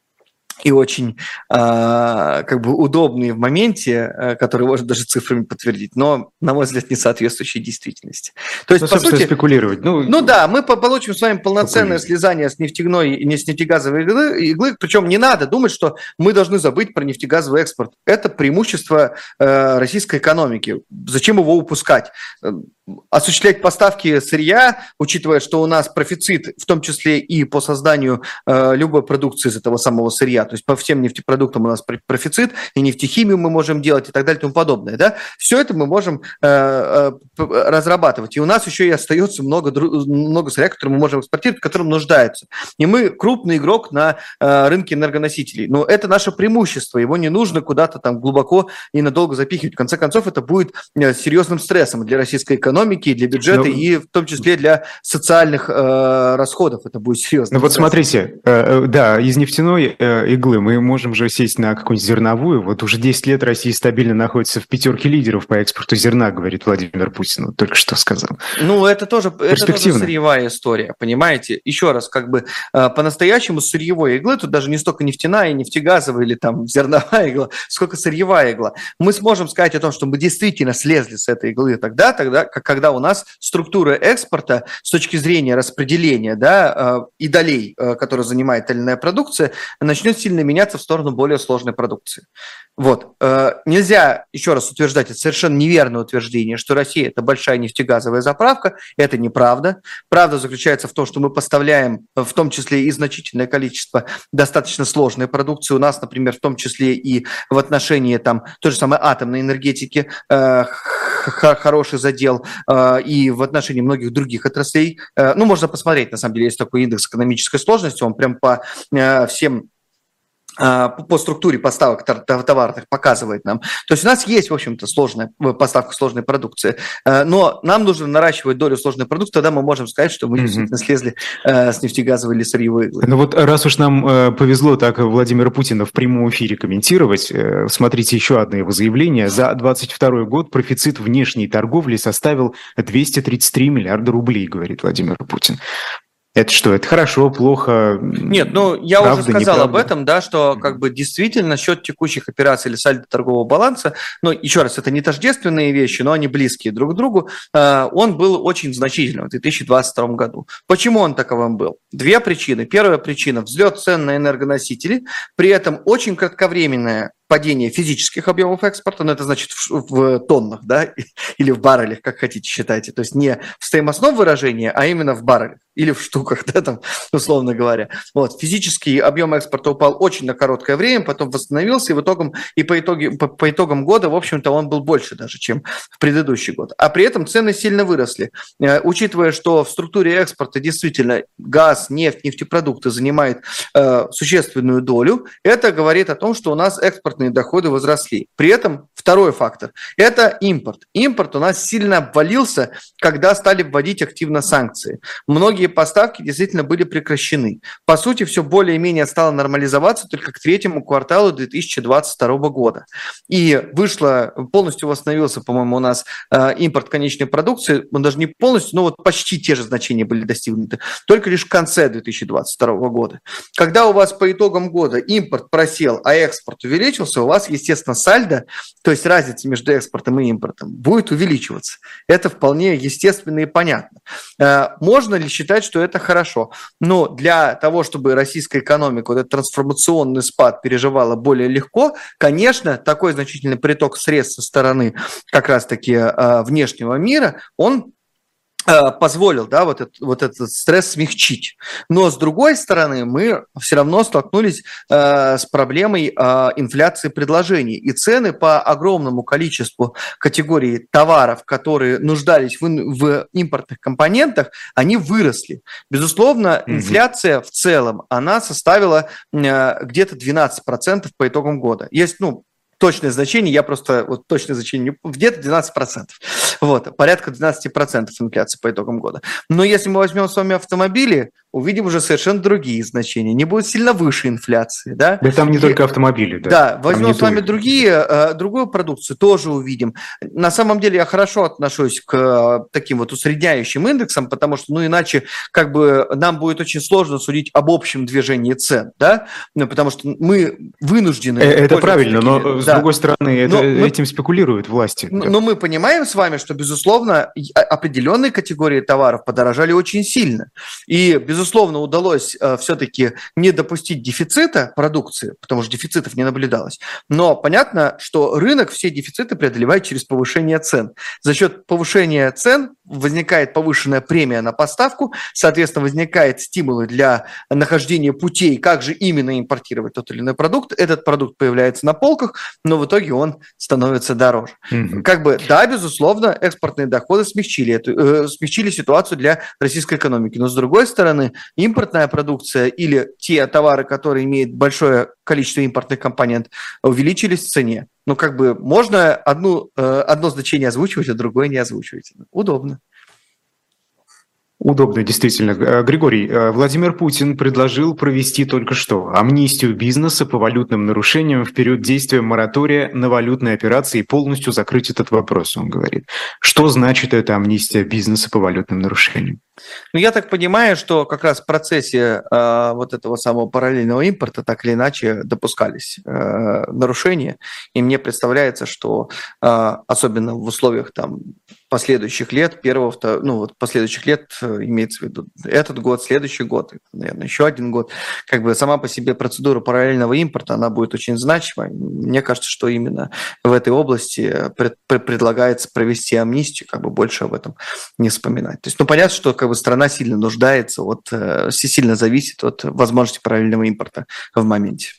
удобные в моменте, которые можно даже цифрами подтвердить, но, на мой взгляд, не соответствующие действительности. То есть, по сути, спекулировать. Да, мы получим с вами полноценное слезание с нефтегазовой иглы, причем не надо думать, что мы должны забыть про нефтегазовый экспорт. Это преимущество российской экономики. Зачем его упускать? Осуществлять поставки сырья, учитывая, что у нас профицит, в том числе и по созданию любой продукции из этого самого сырья, то есть по всем нефтепродуктам у нас профицит, и нефтехимию мы можем делать и так далее и тому подобное. Да? Все это мы можем разрабатывать. И у нас еще и остается много сырья, которое мы можем экспортировать, в котором нуждаются. И мы крупный игрок на рынке энергоносителей. Но это наше преимущество. Его не нужно куда-то там глубоко и надолго запихивать. В конце концов, это будет серьезным стрессом для российской экономики, для бюджета и в том числе для социальных расходов. Это будет серьезно. Вот смотрите, да, из нефтяной иглы мы можем же сесть на какую-нибудь зерновую. Вот уже 10 лет Россия стабильно находится в пятерке лидеров по экспорту зерна, говорит Владимир Путин. Только что сказал. Это тоже сырьевая история, понимаете? Еще раз, по-настоящему сырьевой иглы, тут даже не столько нефтяная, нефтегазовая или там зерновая игла, сколько сырьевая игла. Мы сможем сказать о том, что мы действительно слезли с этой иглы тогда, когда у нас структура экспорта с точки зрения распределения, да, и долей, которые занимает та или иная продукция, начнет сильно меняться в сторону более сложной продукции. Нельзя, еще раз утверждать, это совершенно неверное утверждение, что Россия – это большая нефтегазовая заправка. Это неправда. Правда заключается в том, что мы поставляем в том числе и значительное количество достаточно сложной продукции. У нас, например, в том числе и в отношении той же самой атомной энергетики хороший задел, и в отношении многих других отраслей. Можно посмотреть, на самом деле, есть такой индекс экономической сложности, он прям по всем по структуре поставок товарных показывает нам. То есть у нас есть, в общем-то, поставка сложной продукции, но нам нужно наращивать долю сложной продукции, тогда мы можем сказать, что мы действительно слезли с нефтегазовой или сырьевой иглы. Ну вот раз уж нам повезло так Владимира Путина в прямом эфире комментировать, смотрите еще одно его заявление. За 2022 год профицит внешней торговли составил 233 миллиарда рублей, говорит Владимир Путин. Это что, это хорошо, плохо? Нет, ну я правда, уже сказал об неправда? этом, да, что как бы действительно счет текущих операций или сальдо торгового баланса, но еще раз, это не тождественные вещи, но они близкие друг к другу, он был очень значительным в 2022 году. Почему он таковым был? Две причины. Первая причина – взлет цен на энергоносители, при этом очень кратковременное падение физических объемов экспорта, но это значит в тоннах, да, или в баррелях, как хотите считайте, то есть не в стоимостном выражении, а именно в баррелях или в штуках, да, там, условно говоря. Вот, физический объем экспорта упал очень на короткое время, потом восстановился, и по итогам года, в общем-то, он был больше даже, чем в предыдущий год. А при этом цены сильно выросли. Учитывая, что в структуре экспорта действительно газ, нефть, нефтепродукты занимают существенную долю, это говорит о том, что у нас экспортные доходы возросли. При этом второй фактор – это импорт. Импорт у нас сильно обвалился, когда стали вводить активно санкции. Многие поставки действительно были прекращены. По сути, все более-менее стало нормализоваться только к третьему кварталу 2022 года. И полностью восстановился, по-моему, у нас импорт конечной продукции, он даже не полностью, но вот почти те же значения были достигнуты, только лишь в конце 2022 года. Когда у вас по итогам года импорт просел, а экспорт увеличился, у вас, естественно, сальдо, то есть разница между экспортом и импортом, будет увеличиваться. Это вполне естественно и понятно. Можно ли считать, что это хорошо? Но для того, чтобы российская экономика, вот этот трансформационный спад переживала более легко, конечно, такой значительный приток средств со стороны как раз-таки внешнего мира, он позволил, да, вот этот стресс смягчить. Но, с другой стороны, мы все равно столкнулись с проблемой инфляции предложений. И цены по огромному количеству категорий товаров, которые нуждались в импортных компонентах, они выросли. Безусловно, инфляция в целом, она составила где-то 12% по итогам года. Есть, точное значение, я просто точное значение, где-то 12%. Вот, порядка 12% инфляции по итогам года. Но если мы возьмем с вами автомобили, увидим уже совершенно другие значения. Не будет сильно выше инфляции. Да, да там не только автомобили. Да, возьмем с вами другую продукцию, тоже увидим. На самом деле я хорошо отношусь к таким вот усредняющим индексам, потому что, иначе как бы нам будет очень сложно судить об общем движении цен, да, потому что мы вынуждены... Это правильно, но с другой стороны, этим спекулируют власти. Но мы понимаем с вами, что, безусловно, определенные категории товаров подорожали очень сильно. И, безусловно, удалось все-таки не допустить дефицита продукции, потому что дефицитов не наблюдалось. Но понятно, что рынок все дефициты преодолевает через повышение цен. За счет повышения цен возникает повышенная премия на поставку, соответственно, возникают стимулы для нахождения путей, как же именно импортировать тот или иной продукт. Этот продукт появляется на полках, но в итоге он становится дороже. Да, безусловно, экспортные доходы смягчили ситуацию для российской экономики. Но, с другой стороны, импортная продукция или те товары, которые имеют большое количество импортных компонентов, увеличились в цене. Можно одно значение озвучивать, а другое не озвучивать. Удобно. Удобно, действительно. Григорий, Владимир Путин предложил провести только что амнистию бизнеса по валютным нарушениям в период действия моратория на валютные операции и полностью закрыть этот вопрос, он говорит. Что значит эта амнистия бизнеса по валютным нарушениям? Я так понимаю, что как раз в процессе вот этого самого параллельного импорта так или иначе допускались нарушения, и мне представляется, что особенно в условиях последующих лет, последующих лет, имеется в виду этот год, следующий год, наверное, еще один год, сама по себе процедура параллельного импорта, она будет очень значимой. Мне кажется, что именно в этой области предлагается провести амнистию, больше об этом не вспоминать. То есть, понятно, что страна сильно нуждается, сильно зависит от возможности параллельного импорта в моменте.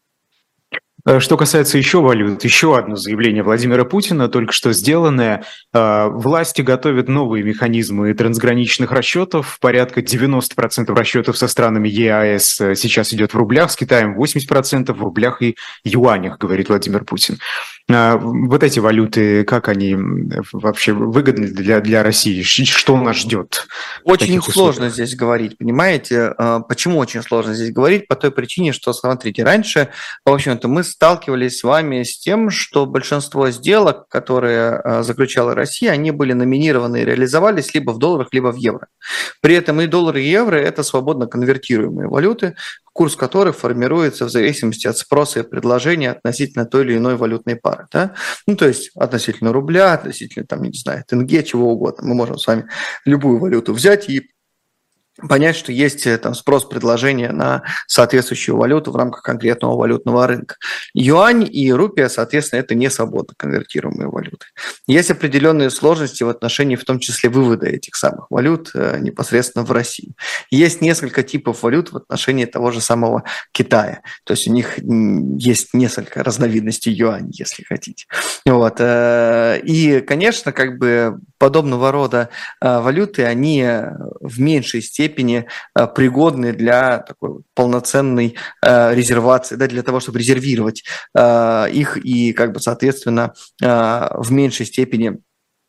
Что касается еще валют, еще одно заявление Владимира Путина, только что сделанное. Власти готовят новые механизмы трансграничных расчетов. Порядка 90% расчетов со странами ЕАЭС сейчас идет в рублях, с Китаем 80% в рублях и юанях, говорит Владимир Путин. Вот эти валюты, как они вообще выгодны для России? Что нас ждет в Очень таких сложно условиях? здесь говорить, понимаете? Почему очень сложно здесь говорить? По той причине, что, смотрите, раньше, в общем-то, мы сталкивались с вами с тем, что большинство сделок, которые заключала Россия, они были номинированы и реализовались либо в долларах, либо в евро. При этом и доллар, и евро – это свободно конвертируемые валюты, курс которых формируется в зависимости от спроса и предложения относительно той или иной валютной пары. Да? Ну, то есть относительно рубля, относительно, там, я не знаю, тенге, чего угодно. Мы можем с вами любую валюту взять и понять, что есть там спрос-предложение на соответствующую валюту в рамках конкретного валютного рынка. Юань и рупия, соответственно, это не свободно конвертируемые валюты. Есть определенные сложности в отношении, в том числе, вывода этих самых валют непосредственно в Россию. Есть несколько типов валют в отношении того же самого Китая. То есть у них есть несколько разновидностей юань, если хотите. Вот. И, конечно, как бы подобного рода валюты, они в меньшей степени пригодны для такой полноценной резервации, да, для того, чтобы резервировать их и, как бы, соответственно, в меньшей степени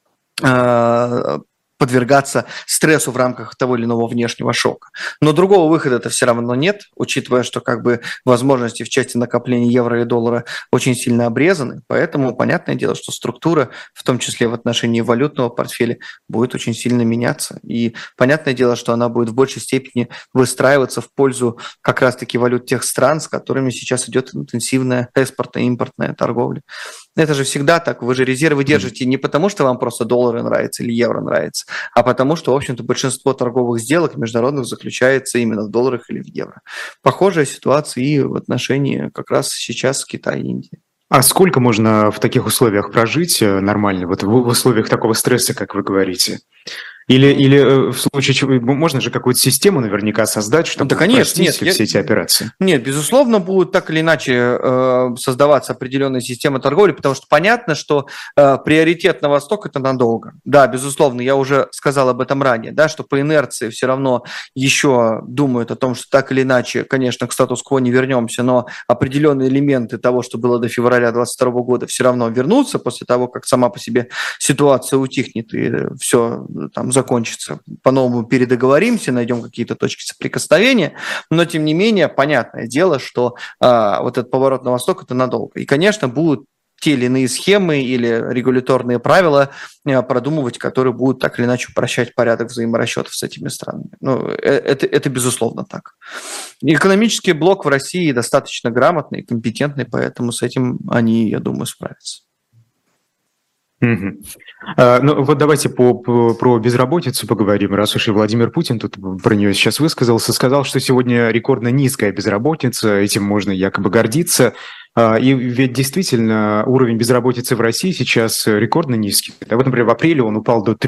подвергаться стрессу в рамках того или иного внешнего шока. Но другого выхода-то все равно нет, учитывая, что как бы возможности в части накопления евро и доллара очень сильно обрезаны. Поэтому понятное дело, что структура, в том числе в отношении валютного портфеля, будет очень сильно меняться. И понятное дело, что она будет в большей степени выстраиваться в пользу как раз-таки валют тех стран, с которыми сейчас идет интенсивная экспортно-импортная торговля. Это же всегда так. Вы же резервы держите не потому, что вам просто доллары нравятся или евро нравится, а потому что, в общем-то, большинство торговых сделок международных заключается именно в долларах или в евро. Похожая ситуация и в отношении как раз сейчас Китая и Индии. А сколько можно в таких условиях прожить нормально, вот в условиях такого стресса, как вы говорите? Или в случае чего можно же какую-то систему наверняка создать, чтобы Да, конечно, упростить все эти операции? Нет, безусловно, будут так или иначе создаваться определенные системы торговли, потому что понятно, что приоритет на Восток – это надолго. Да, безусловно, я уже сказал об этом ранее, да, что по инерции все равно еще думают о том, что так или иначе, конечно, к статус-кво не вернемся, но определенные элементы того, что было до февраля 2022 года, все равно вернутся после того, как сама по себе ситуация утихнет и все там закончится. По-новому передоговоримся, найдем какие-то точки соприкосновения, но тем не менее, понятное дело, что вот этот поворот на восток – это надолго. И, конечно, будут те или иные схемы или регуляторные правила продумывать, которые будут так или иначе упрощать порядок взаиморасчетов с этими странами. Ну, это безусловно так. Экономический блок в России достаточно грамотный, компетентный, поэтому с этим они, я думаю, справятся. Ну вот давайте про безработицу поговорим, раз уж и Владимир Путин тут про нее сейчас высказался, сказал, что сегодня рекордно низкая безработица, этим можно якобы гордиться, и ведь действительно уровень безработицы в России сейчас рекордно низкий. Вот, например, в апреле он упал до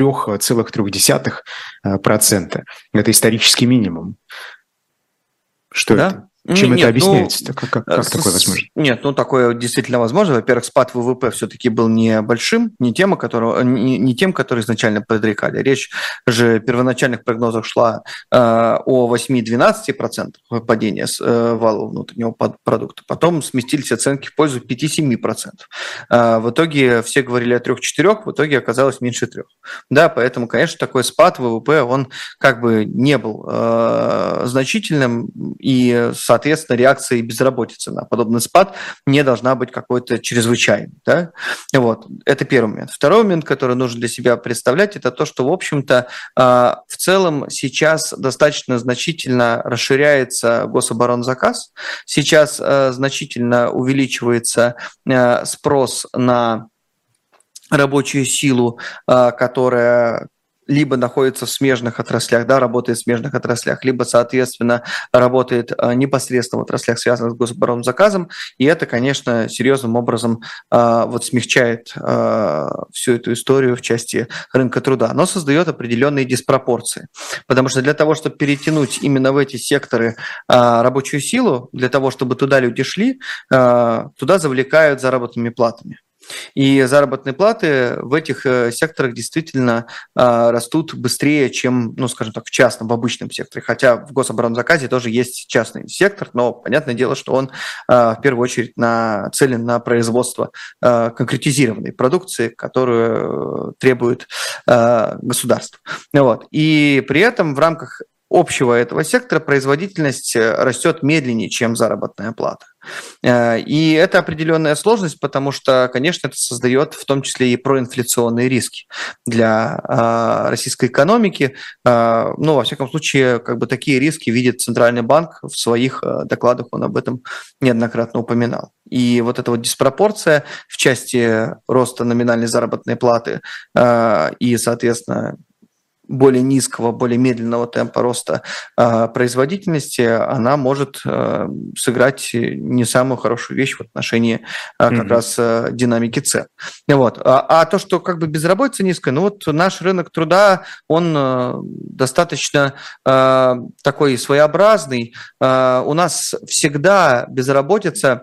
3,3%. Это исторический минимум. Что это? Чем это объясняется? Как такое возможно? Нет, такое действительно возможно. Во-первых, спад ВВП все-таки был небольшим, не тем, который изначально предрекали. Речь же в первоначальных прогнозах шла о 8-12% падения валового внутреннего продукта. Потом сместились оценки в пользу 5-7%. В итоге все говорили о 3-4%, в итоге оказалось меньше 3%. Да, поэтому, конечно, такой спад ВВП, он как бы не был значительным, и, соответственно, реакция безработицы на подобный спад не должна быть какой-то чрезвычайной. Да? Вот. Это первый момент. Второй момент, который нужно для себя представлять, это то, что, в общем-то, в целом сейчас достаточно значительно расширяется гособоронзаказ. Сейчас значительно увеличивается спрос на рабочую силу, которая либо находится в смежных отраслях, да, работает в смежных отраслях, либо, соответственно, работает непосредственно в отраслях, связанных с гособоронзаказом, и это, конечно, серьезным образом смягчает всю эту историю в части рынка труда, но создает определенные диспропорции, потому что для того, чтобы перетянуть именно в эти секторы рабочую силу, для того, чтобы туда люди шли, туда завлекают заработными платами. И заработные платы в этих секторах действительно растут быстрее, чем, ну, скажем так, в частном, в обычном секторе. Хотя в гособоронзаказе тоже есть частный сектор, но понятное дело, что он в первую очередь нацелен на производство конкретизированной продукции, которую требует государство. Вот. И при этом в рамках общего этого сектора производительность растет медленнее, чем заработная плата. И это определенная сложность, потому что, конечно, это создает в том числе и проинфляционные риски для российской экономики. Ну, во всяком случае, как бы такие риски видит Центральный банк в своих докладах, он об этом неоднократно упоминал. И вот эта вот диспропорция в части роста номинальной заработной платы и, соответственно, более низкого, более медленного темпа роста производительности, она может сыграть не самую хорошую вещь в отношении как раз динамики цен. Вот. А то, что как бы безработица низкая, ну вот наш рынок труда, он достаточно такой своеобразный. У нас всегда безработица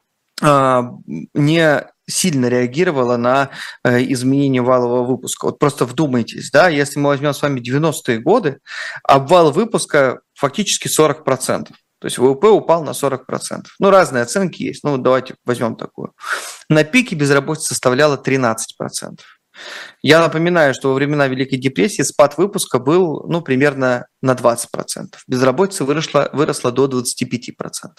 не сильно реагировала на изменение валового выпуска. Вот просто вдумайтесь, да, если мы возьмем с вами 90-е годы, обвал выпуска фактически 40%. То есть ВВП упал на 40%. Ну, разные оценки есть. Ну, давайте возьмем такую. На пике безработица составляла 13%. Я напоминаю, что во времена Великой депрессии спад выпуска был примерно на 20%. Безработица выросла до 25%.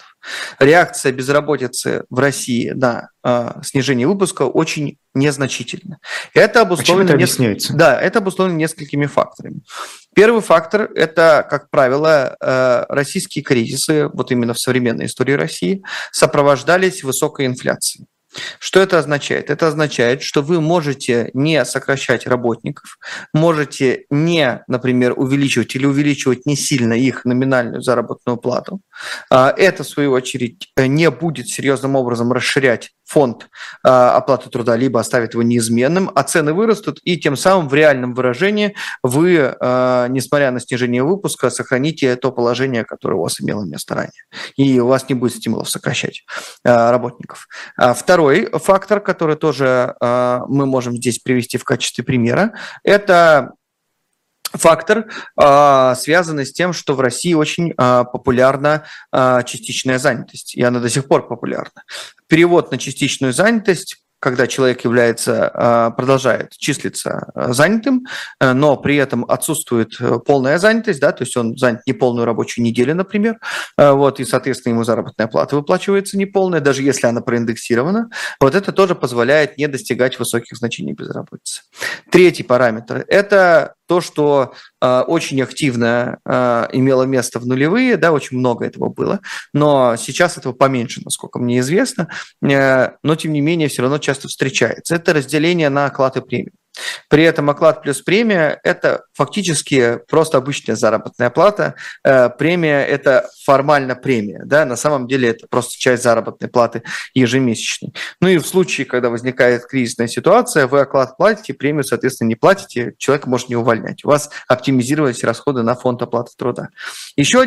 Реакция безработицы в России на снижение выпуска очень незначительна. Это обусловлено, объясняется? Да, это обусловлено несколькими факторами. Первый фактор – это, как правило, российские кризисы, вот именно в современной истории России, сопровождались высокой инфляцией. Что это означает? Это означает, что вы можете не сокращать работников, можете не, например, увеличивать или увеличивать не сильно их номинальную заработную плату. Это, в свою очередь, не будет серьезным образом расширять фонд оплаты труда, либо оставит его неизменным, а цены вырастут, и тем самым в реальном выражении вы, несмотря на снижение выпуска, сохраните то положение, которое у вас имело место ранее. И у вас не будет стимулов сокращать работников. Второй фактор, который тоже мы можем здесь привести в качестве примера, это фактор, связанный с тем, что в России очень популярна частичная занятость, и она до сих пор популярна. Перевод на частичную занятость, когда человек продолжает числиться занятым, но при этом отсутствует полная занятость, да, то есть он занят неполную рабочую неделю, например, вот, и, соответственно, ему заработная плата выплачивается неполная, даже если она проиндексирована. Вот это тоже позволяет не достигать высоких значений безработицы. Третий параметр – это то, что очень активно имело место в нулевые, да, очень много этого было, но сейчас этого поменьше, насколько мне известно, но тем не менее все равно часто встречается. Это разделение на оклад и премию. При этом оклад плюс премия – это фактически просто обычная заработная плата. Премия – это формально премия. Да? На самом деле это просто часть заработной платы ежемесячной. Ну и в случае, когда возникает кризисная ситуация, вы оклад платите, премию, соответственно, не платите, человек может не увольнять. У вас оптимизировались расходы на фонд оплаты труда. Еще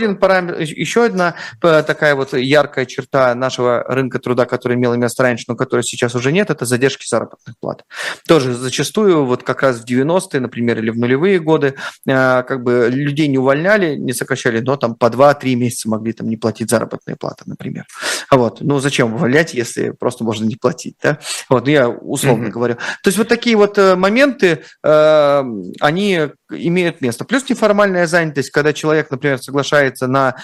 одна такая вот яркая черта нашего рынка труда, которая имела место раньше, но которой сейчас уже нет, это задержки заработных плат. Тоже зачастую вот как раз в 90-е, например, или в нулевые годы, как бы людей не увольняли, не сокращали, но там по 2-3 месяца могли там не платить заработные платы, например. Вот. Ну, зачем увольнять, если просто можно не платить, да? Вот, я условно говорю. То есть вот такие вот моменты, они имеют место. Плюс неформальная занятость, когда человек, например, соглашается на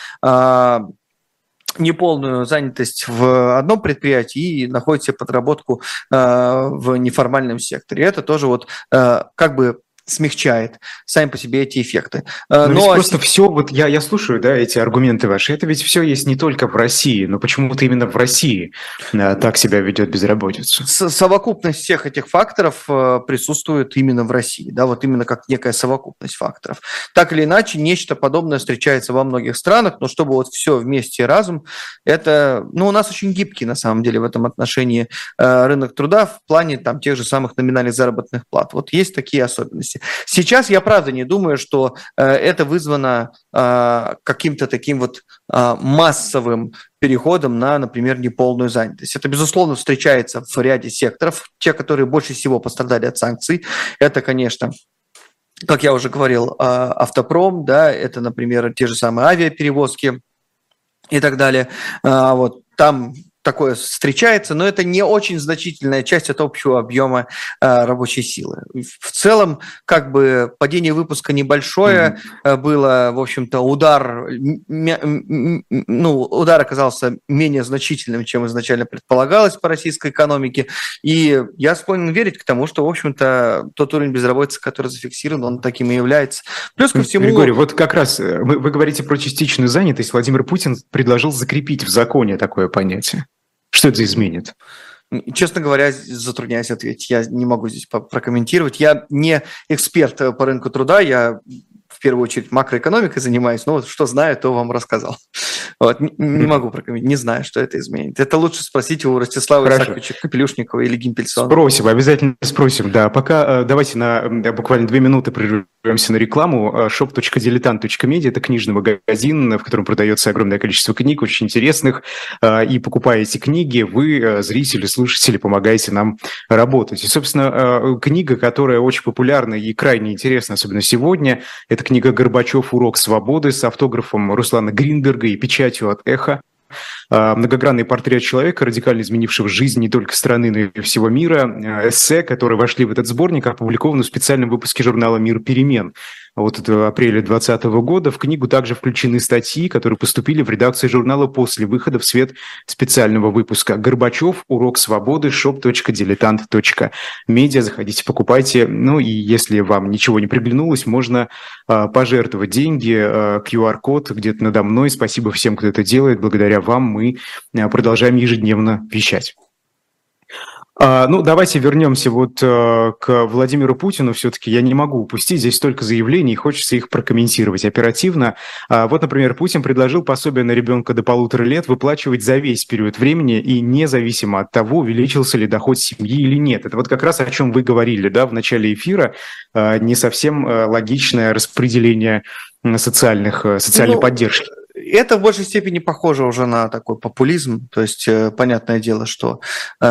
неполную занятость в одном предприятии и находит себе подработку в неформальном секторе. Это тоже вот как бы смягчает сами по себе эти эффекты. Но просто все, вот я слушаю, да, эти аргументы ваши, это ведь все есть не только в России, но почему-то именно в России так себя ведет безработица. Совокупность всех этих факторов присутствует именно в России, да, вот именно как некая совокупность факторов. Так или иначе, нечто подобное встречается во многих странах, но чтобы вот все вместе разом, это, у нас очень гибкий на самом деле в этом отношении рынок труда в плане там тех же самых номинальных заработных плат. Вот есть такие особенности. занятости. Сейчас я правда не думаю, что это вызвано каким-то таким вот массовым переходом на, например, неполную занятость. Это, безусловно, встречается в ряде секторов. Те, которые больше всего пострадали от санкций, это, конечно, как я уже говорил, автопром, да, это, например, те же самые авиаперевозки и так далее. Вот там такое встречается, но это не очень значительная часть от общего объема рабочей силы. В целом, как бы падение выпуска небольшое было, в общем-то, удар оказался менее значительным, чем изначально предполагалось по российской экономике, и я склонен верить к тому, что, в общем-то, тот уровень безработицы, который зафиксирован, он таким и является. Плюс ко всему... Григорий, вот как раз вы говорите про частичную занятость. Владимир Путин предложил закрепить в законе такое понятие. Что это изменит? Честно говоря, затрудняюсь ответить. Я не могу здесь прокомментировать. Я не эксперт по рынку труда, я в первую очередь макроэкономикой занимаюсь, но вот что знаю, то вам рассказал. Вот. Не могу прокомментировать, не знаю, что это изменит. Это лучше спросить у Ростислава Исааковича Капелюшникова или Гимпельсона. Спросим, обязательно спросим. Да, пока давайте на буквально 2 минуты прервемся на рекламу. shop.diletant.media – это книжный магазин, в котором продается огромное количество книг, очень интересных. И покупая эти книги, вы, зрители, слушатели, помогаете нам работать. И, собственно, книга, которая очень популярна и крайне интересна, особенно сегодня, это книга «Горбачев. Урок свободы» с автографом Руслана Гринберга и печатью от «Эхо». Многогранный портрет человека, радикально изменившего жизнь не только страны, но и всего мира. Эссе, которые вошли в этот сборник, опубликованы в специальном выпуске журнала «Мир перемен». Вот это апреля 2020 года. В книгу также включены статьи, которые поступили в редакцию журнала после выхода в свет специального выпуска. Горбачев. Урок свободы. shop.diletant.media. Заходите, покупайте. Ну и если вам ничего не приглянулось, можно пожертвовать деньги. QR-код где-то надо мной. Спасибо всем, кто это делает. Благодаря вам мы продолжаем ежедневно вещать. Давайте вернемся к Владимиру Путину. Все-таки я не могу упустить, здесь столько заявлений, хочется их прокомментировать оперативно. Например, Путин предложил пособие на ребенка до 1,5 лет выплачивать за весь период времени и независимо от того, увеличился ли доход семьи или нет. Это вот как раз о чем вы говорили, да, в начале эфира. Не совсем логичное распределение социальной поддержки. Это в большей степени похоже уже на такой популизм. То есть, понятное дело, что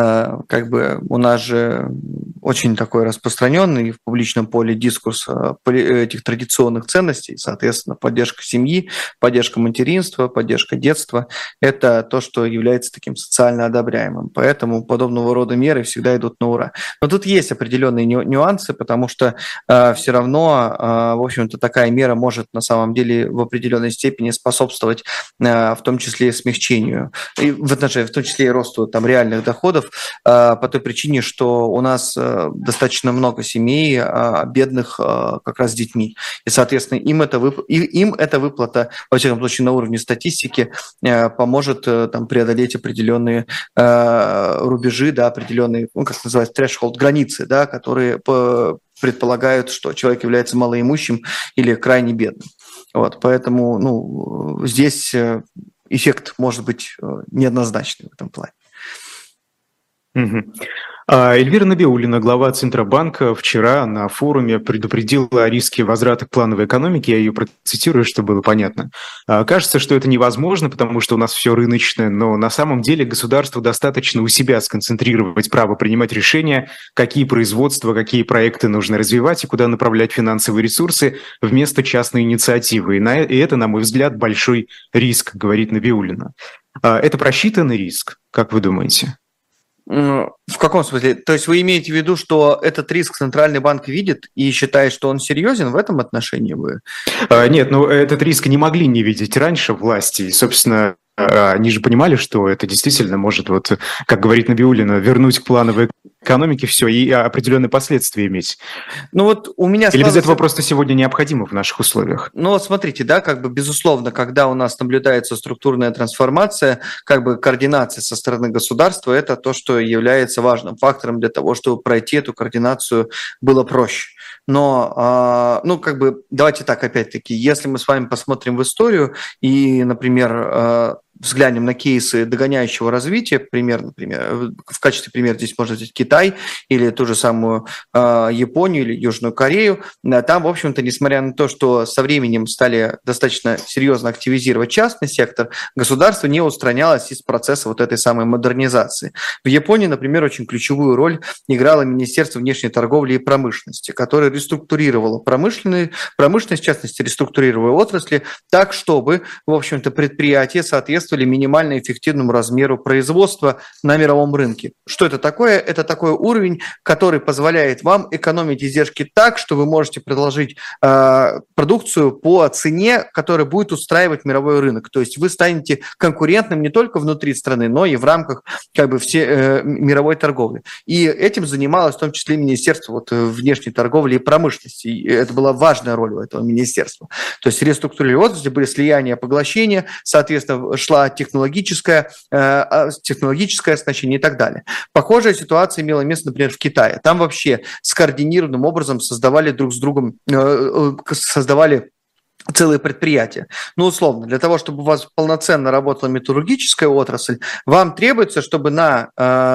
у нас же очень такой распространенный в публичном поле дискурс этих традиционных ценностей, соответственно, поддержка семьи, поддержка материнства, поддержка детства – это то, что является таким социально одобряемым. Поэтому подобного рода меры всегда идут на ура. Но тут есть определенные нюансы, потому что все равно, в общем-то, такая мера может на самом деле в определенной степени способствовать в том числе смягчению, в том числе и росту реальных доходов, по той причине, что у нас достаточно много семей бедных как раз с детьми. И, соответственно, им эта выплата, во всяком случае, на уровне статистики, поможет преодолеть определенные рубежи, да, определенные, как называется, threshold, границы, да, которые предполагают, что человек является малоимущим или крайне бедным. Вот, поэтому здесь эффект может быть неоднозначный в этом плане. Эльвира Набиуллина, глава Центробанка, вчера на форуме предупредила о риске возврата к плановой экономике. Я ее процитирую, чтобы было понятно. Кажется, что это невозможно, потому что у нас все рыночное, но на самом деле государству достаточно у себя сконцентрировать право принимать решения, какие производства, какие проекты нужно развивать и куда направлять финансовые ресурсы вместо частной инициативы. И это, на мой взгляд, большой риск, говорит Набиуллина. Это просчитанный риск, как вы думаете? В каком смысле? То есть вы имеете в виду, что этот риск Центральный банк видит и считает, что он серьезен в этом отношении? Нет, этот риск не могли не видеть раньше власти. И, собственно, они же понимали, что это действительно может, как говорит Набиуллина, вернуть к плановой экономике все и определенные последствия иметь. У меня Или без этого просто сегодня необходимо в наших условиях? Смотрите, да, безусловно, когда у нас наблюдается структурная трансформация, координация со стороны государства, это то, что является важным фактором для того, чтобы пройти эту координацию было проще. Но, давайте так, опять-таки, если мы с вами посмотрим в историю и, например, взглянем на кейсы догоняющего развития, например, в качестве примера здесь можно взять Китай или ту же самую Японию или Южную Корею, там, в общем-то, несмотря на то, что со временем стали достаточно серьезно активизировать частный сектор, государство не устранялось из процесса вот этой самой модернизации. В Японии, например, очень ключевую роль играло Министерство внешней торговли и промышленности, которое реструктурировало промышленность, в частности, реструктурировало отрасли так, чтобы, в общем-то, предприятия соответствовали минимально эффективному размеру производства на мировом рынке. Что это такое? Это такой уровень, который позволяет вам экономить издержки так, что вы можете предложить продукцию по цене, которая будет устраивать мировой рынок. То есть вы станете конкурентным не только внутри страны, но и в рамках мировой торговли. И этим занималось в том числе Министерство внешней торговли и промышленности. И это была важная роль у этого министерства. То есть реструктурирование отрасли, были слияния, поглощения, соответственно, шла технологическое оснащение и так далее. Похожая ситуация имела место, например, в Китае. Там вообще скоординированным образом создавали друг с другом, целые предприятия. Ну, условно, для того, чтобы у вас полноценно работала металлургическая отрасль, вам требуется, чтобы на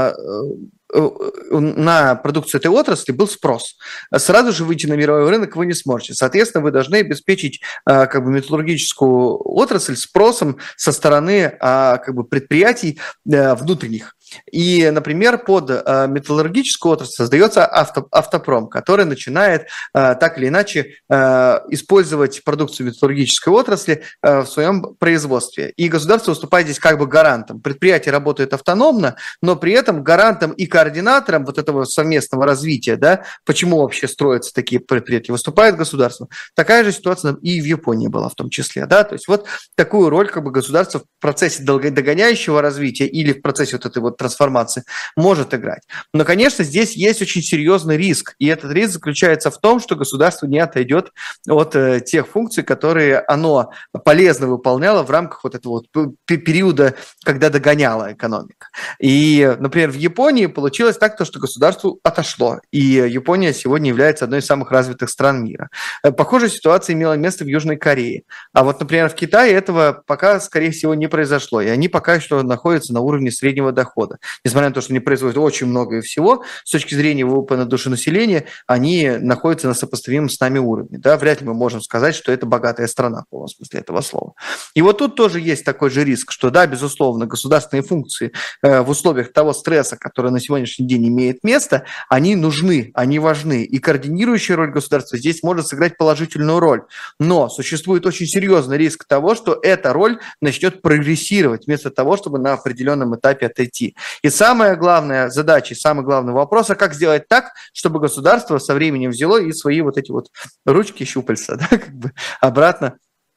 продукцию этой отрасли был спрос. Сразу же выйти на мировой рынок вы не сможете. Соответственно, вы должны обеспечить металлургическую отрасль спросом со стороны предприятий внутренних. И, например, под металлургическую отрасль создается автопром, который начинает так или иначе использовать продукцию металлургической отрасли в своем производстве. И государство выступает здесь как бы гарантом. Предприятие работает автономно, но при этом гарантом и координатором вот этого совместного развития, да, почему вообще строятся такие предприятия, выступает государство. Такая же ситуация и в Японии была в том числе. Да? То есть вот такую роль как бы государство в процессе догоняющего развития или в процессе вот этой вот трансформации может играть. Но, конечно, здесь есть очень серьезный риск, и этот риск заключается в том, что государство не отойдет от тех функций, которые оно полезно выполняло в рамках вот этого вот периода, когда догоняла экономика. И, например, в Японии получилось так, что государству отошло, и Япония сегодня является одной из самых развитых стран мира. Похожая ситуация имела место в Южной Корее. А вот, например, в Китае этого пока, скорее всего, не произошло, и они пока что находятся на уровне среднего дохода. Несмотря на то, что они производят очень много всего, с точки зрения ВВП на душу населения, они находятся на сопоставимом с нами уровне. Да? Вряд ли мы можем сказать, что это богатая страна, в полном смысле этого слова. И вот тут тоже есть такой же риск, что, да, безусловно, государственные функции в условиях того стресса, который на сегодняшний день имеет место, они нужны, они важны. И координирующая роль государства здесь может сыграть положительную роль. Но существует очень серьезный риск того, что эта роль начнет прогрессировать вместо того, чтобы на определенном этапе отойти. И самая главная задача, самый главный вопрос, а как сделать так, чтобы государство со временем взяло и свои вот эти вот ручки, щупальца, да, как бы обратно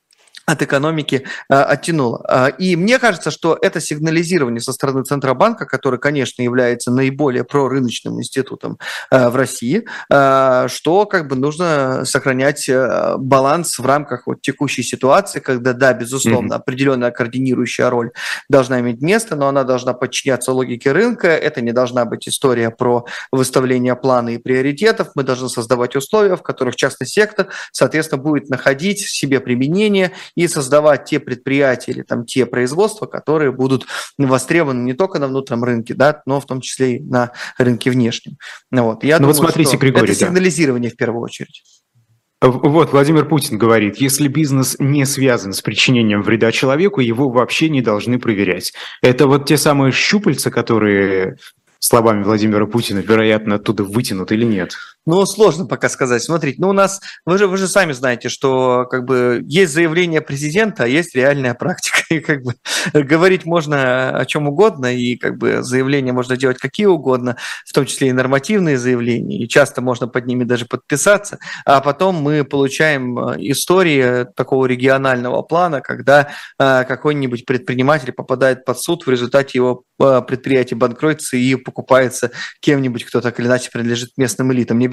от экономики оттянуло. И мне кажется, что это сигнализирование со стороны Центробанка, который, конечно, является наиболее прорыночным институтом в России, что как бы нужно сохранять баланс в рамках вот текущей ситуации, когда, да, безусловно, определенная координирующая роль должна иметь место, но она должна подчиняться логике рынка, это не должна быть история про выставление плана и приоритетов, мы должны создавать условия, в которых частный сектор, соответственно, будет находить себе применение и создавать те предприятия или там те производства, которые будут востребованы не только на внутреннем рынке, да, но в том числе и на рынке внешнем. Вот. Я думаю, вот смотрите, что Григорий, это сигнализирование в первую очередь. Вот Владимир Путин говорит, если бизнес не связан с причинением вреда человеку, его вообще не должны проверять. Это вот те самые щупальца, которые, словами Владимира Путина, вероятно, оттуда вытянут или нет? Ну, сложно пока сказать. Смотрите, у нас, вы же сами знаете, что как бы есть заявление президента, а есть реальная практика. И как бы говорить можно о чем угодно, и как бы заявления можно делать какие угодно, в том числе и нормативные заявления, и часто можно под ними даже подписаться, а потом мы получаем истории такого регионального плана, когда какой-нибудь предприниматель попадает под суд, в результате его предприятие банкротится и покупается кем-нибудь, кто так или иначе принадлежит местным элитам. Не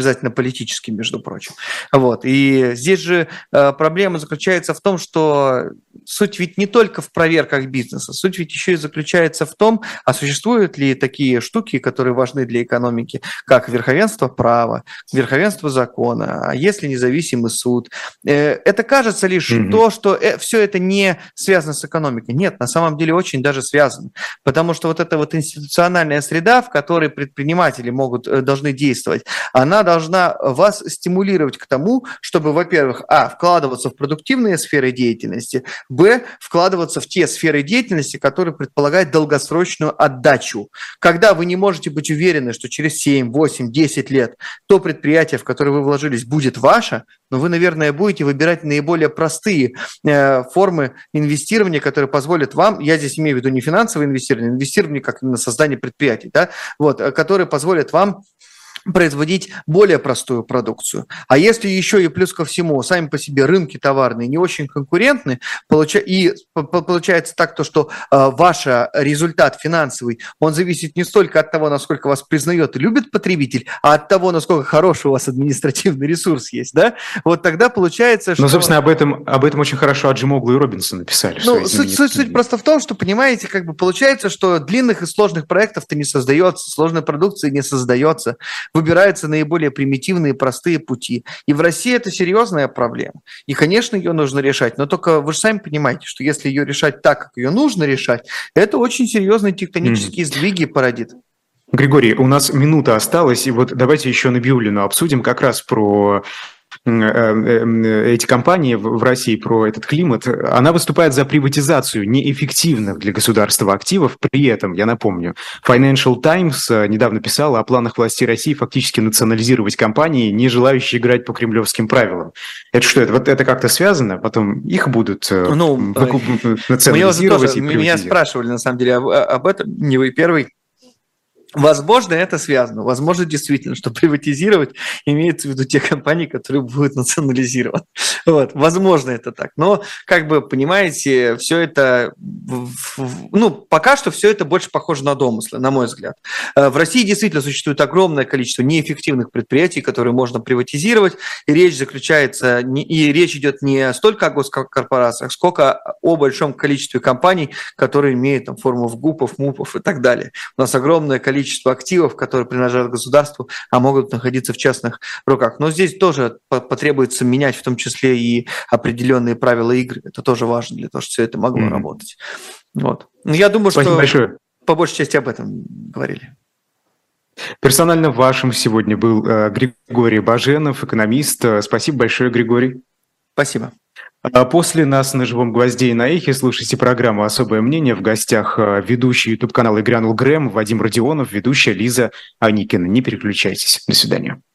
обязательно политический, между прочим. Вот. И здесь же проблема заключается в том, что суть ведь не только в проверках бизнеса, суть ведь еще и заключается в том, а существуют ли такие штуки, которые важны для экономики, как верховенство права, верховенство закона, а есть ли независимый суд. Это кажется лишь то, что все это не связано с экономикой. Нет, на самом деле очень даже связано. Потому что вот эта вот институциональная среда, в которой предприниматели должны действовать, она должна вас стимулировать к тому, чтобы, во-первых, вкладываться в продуктивные сферы деятельности, вкладываться в те сферы деятельности, которые предполагают долгосрочную отдачу. Когда вы не можете быть уверены, что через 7, 8, 10 лет то предприятие, в которое вы вложились, будет ваше, но вы, наверное, будете выбирать наиболее простые формы инвестирования, которые позволят вам, я здесь имею в виду не финансовое инвестирование как именно создание предприятий, да, вот, которые позволят вам производить более простую продукцию. А если еще и плюс ко всему сами по себе рынки товарные не очень конкурентны, и получается так, что ваш результат финансовый, он зависит не столько от того, насколько вас признает и любит потребитель, а от того, насколько хороший у вас административный ресурс есть, да? Вот тогда получается, что... Ну, собственно, об этом очень хорошо Аджимоглу и Робинсон написали. Суть просто в том, что, понимаете, получается, что длинных и сложных проектов-то не создается, сложной продукции не создается, выбираются наиболее примитивные, простые пути. И в России это серьезная проблема. И, конечно, ее нужно решать. Но только вы же сами понимаете, что если ее решать так, как ее нужно решать, это очень серьезные тектонические сдвиги породит. Григорий, у нас минута осталась, и вот давайте еще Набиуллину обсудим как раз про эти компании в России, про этот климат. Она выступает за приватизацию неэффективных для государства активов. При этом, я напомню, Financial Times недавно писала о планах властей России фактически национализировать компании, не желающие играть по кремлевским правилам. Это что, это как-то связано? Потом их будут национализировать и приватизировать? Меня спрашивали, на самом деле, об этом, не вы первый. Возможно, это связано. Возможно, действительно, что приватизировать имеется в виду те компании, которые будут национализированы. Вот. Возможно, это так. Но, понимаете, все это... пока что все это больше похоже на домыслы, на мой взгляд. В России действительно существует огромное количество неэффективных предприятий, которые можно приватизировать. И речь идет не столько о госкорпорациях, сколько о большом количестве компаний, которые имеют форму ГУПов, МУПов и так далее. У нас огромное количество активов, которые принадлежат государству, а могут находиться в частных руках. Но здесь тоже потребуется менять в том числе и определенные правила игры. Это тоже важно для того, чтобы все это могло работать. Вот. Но я думаю, Спасибо что большое. По большей части об этом говорили. Персонально вашим сегодня был Григорий Баженов, экономист. Спасибо большое, Григорий. Спасибо. После нас на «Живом гвозде» и на «Эхе» слушайте программу «Особое мнение». В гостях ведущий YouTube-канала «И грянул Грэм» Вадим Родионов, ведущая Лиза Аникина. Не переключайтесь. До свидания.